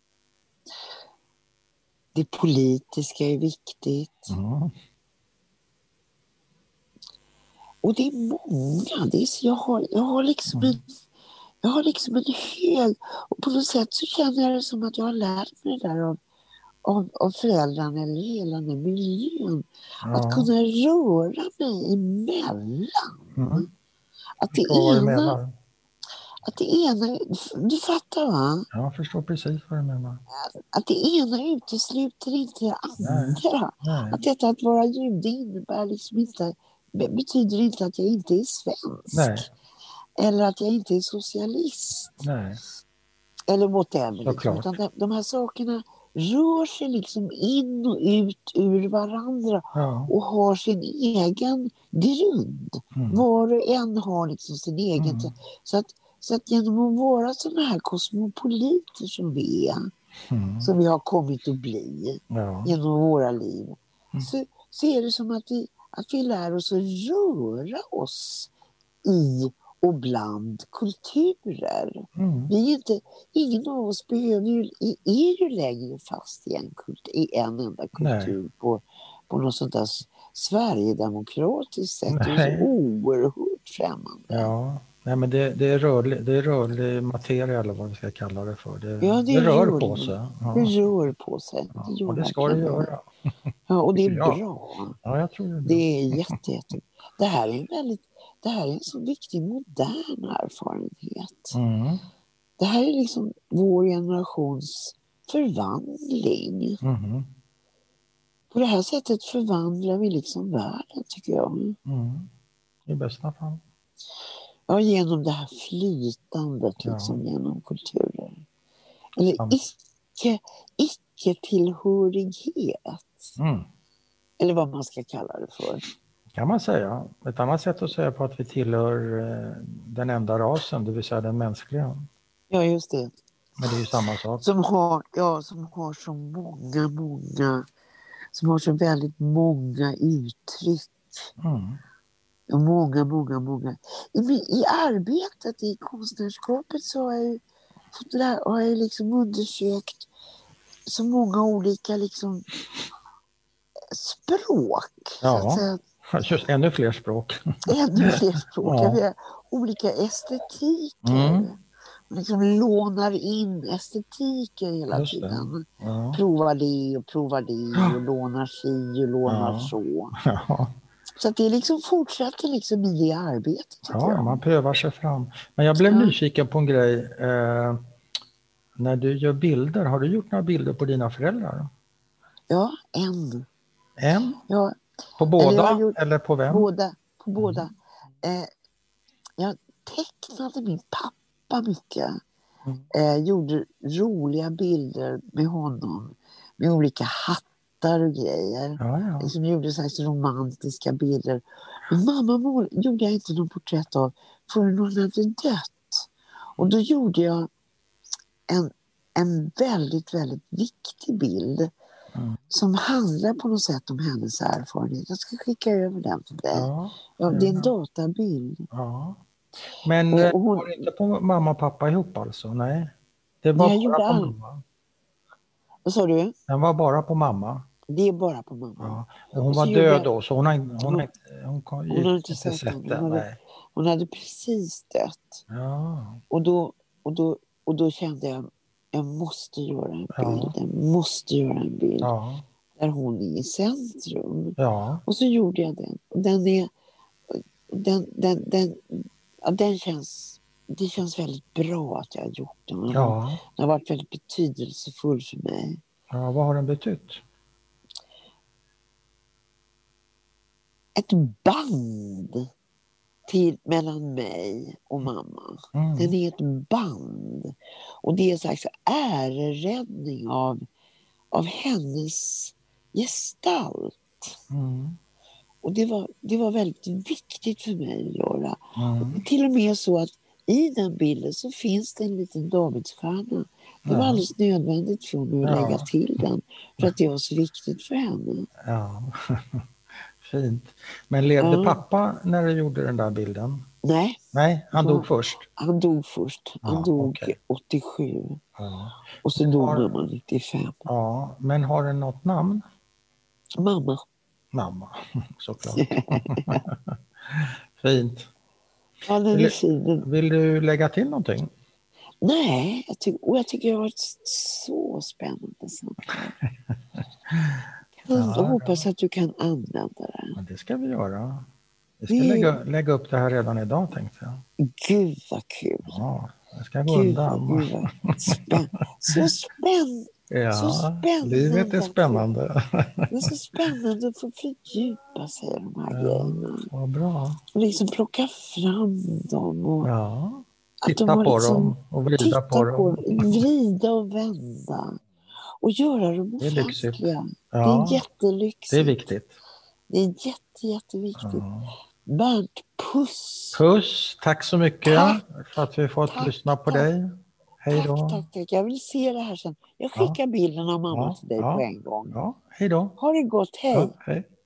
det politiska är viktigt. Och det är många. Jag har liksom en hög... Och på något sätt så känner jag det som att jag har lärt mig det där av föräldrarna eller hela den här miljön. Ja. Att kunna röra mig emellan. Att det ena, du fattar va? Ja, jag förstår precis vad du menar. Att det ena utesluter inte det andra. Nej. Att detta att vara jude innebär liksom inte, betyder inte att jag inte är svensk. Nej. Eller att jag inte är socialist. Nej. Eller whatever. Liksom. Utan de här sakerna rör sig liksom in och ut ur varandra. Ja. Och har sin egen grund. Var och en har liksom sin egen. Så att genom att vara sådana här kosmopoliter som vi är. Som vi har kommit att bli. Genom våra liv. Så är det som att vi lär oss att röra oss i och bland kulturer. Vi är inte, ingen av oss är ju längre fast i en enda kultur på något sånt där Sverigedemokratiskt sätt. Det är så oerhört främmande. Ja, nej, men det är rörlig materia eller vad vi ska kalla det för. Det rör på sig. Ja. Det rör på sig. Ja, och det ska det göra. Ja, och det är bra. Ja, jag tror det. Det är jätte. Det här är en så viktig modern erfarenhet. Det här är liksom vår generations förvandling. På det här sättet förvandlar vi liksom världen, tycker jag. I bästa fall. Ja, genom det här flytandet liksom, genom kulturer. Eller icke-tillhörighet. Eller vad man ska kalla det för. Kan man säga. Ett annat sätt att säga på att vi tillhör den enda rasen, det vill säga den mänskliga. Ja, just det. Men det är ju samma sak. Som har så många, som har så väldigt många uttryck. Många. I arbetet, i konstnärskapet så har jag liksom undersökt så många olika liksom språk. Ja, så att säga. Just ännu fler språk. Ännu fler språk. Ja. Vi har olika estetiker. Liksom lånar in estetiker hela tiden. Ja. Provar det och lånar si och lånar så. Ja. Så att det liksom fortsätter liksom i det arbetet. Ja, man prövar sig fram. Men jag blev nyfiken på en grej. När du gör bilder, har du gjort några bilder på dina föräldrar? Ja, en. En? Ja. På båda eller på vem? På båda. Jag tecknade min pappa mycket. Gjorde roliga bilder med honom. Med olika hattar och grejer. Ja. Liksom gjorde så här romantiska bilder. Men mamma gjorde jag inte någon porträtt av förrän hon hade dött. Och då gjorde jag en väldigt, väldigt viktig bild. Som handlar på något sätt om hennes erfarenhet. Jag ska skicka över den till dig. Ja, det är en databild. Ja. Men var det inte på mamma och pappa ihop alltså? Nej. Det var bara på mamma. Vad sa du? Den var bara på mamma. Det är bara på mamma. Ja. Och hon var död då, så hon har inte sett den. Hon hade precis dött. Ja. Och då kände jag måste göra en bild. Jag måste göra en bild. Ja. Där hon är i centrum. Ja. Och så gjorde jag den. Och den känns... Det känns väldigt bra att jag har gjort den. Ja. Den har varit väldigt betydelsefull för mig. Ja, vad har den betytt? Ett band mellan mig och mamma. Den är ett band. Och det är en slags äreräddning av hennes gestalt. Och det var väldigt viktigt för mig att göra. Till och med så att i den bilden så finns det en liten Davidsstjärna. Det var alldeles nödvändigt för mig att lägga till den. För att det var så viktigt för henne. Ja, fint. Men levde pappa när du gjorde den där bilden? Nej, han dog först? Han dog först. Han dog 87. Ja. Och så dog mamma 95. Ja, men har den något namn? Mamma, såklart. Fint. Ja, den är fin. Vill du lägga till någonting? Nej, jag tycker det har varit så spännande samtal. Jag hoppas att du kan använda det. Ja, det ska vi göra. Vi ska lägga upp det här redan idag, tänkte jag. Gud vad kul. Ja, det ska gå undan. Så spännande. Ja, så spännande. Livet är spännande. Det är så spännande att få fördjupa sig i de här grejerna. Vad bra. Och liksom plocka fram dem. Och titta på dem och vrida på dem. Vrida och vända. Och göra dem offentliga. Det är jättelyxigt. Det är viktigt. Det är jätteviktigt. Bernt, puss. Puss, tack så mycket för att vi fått lyssna på dig. Hej då. Tack. Jag vill se det här sen. Jag skickar bilden av mamma till dig på en gång. Ja, hej då. Ha det gott, hej. Ja, hej.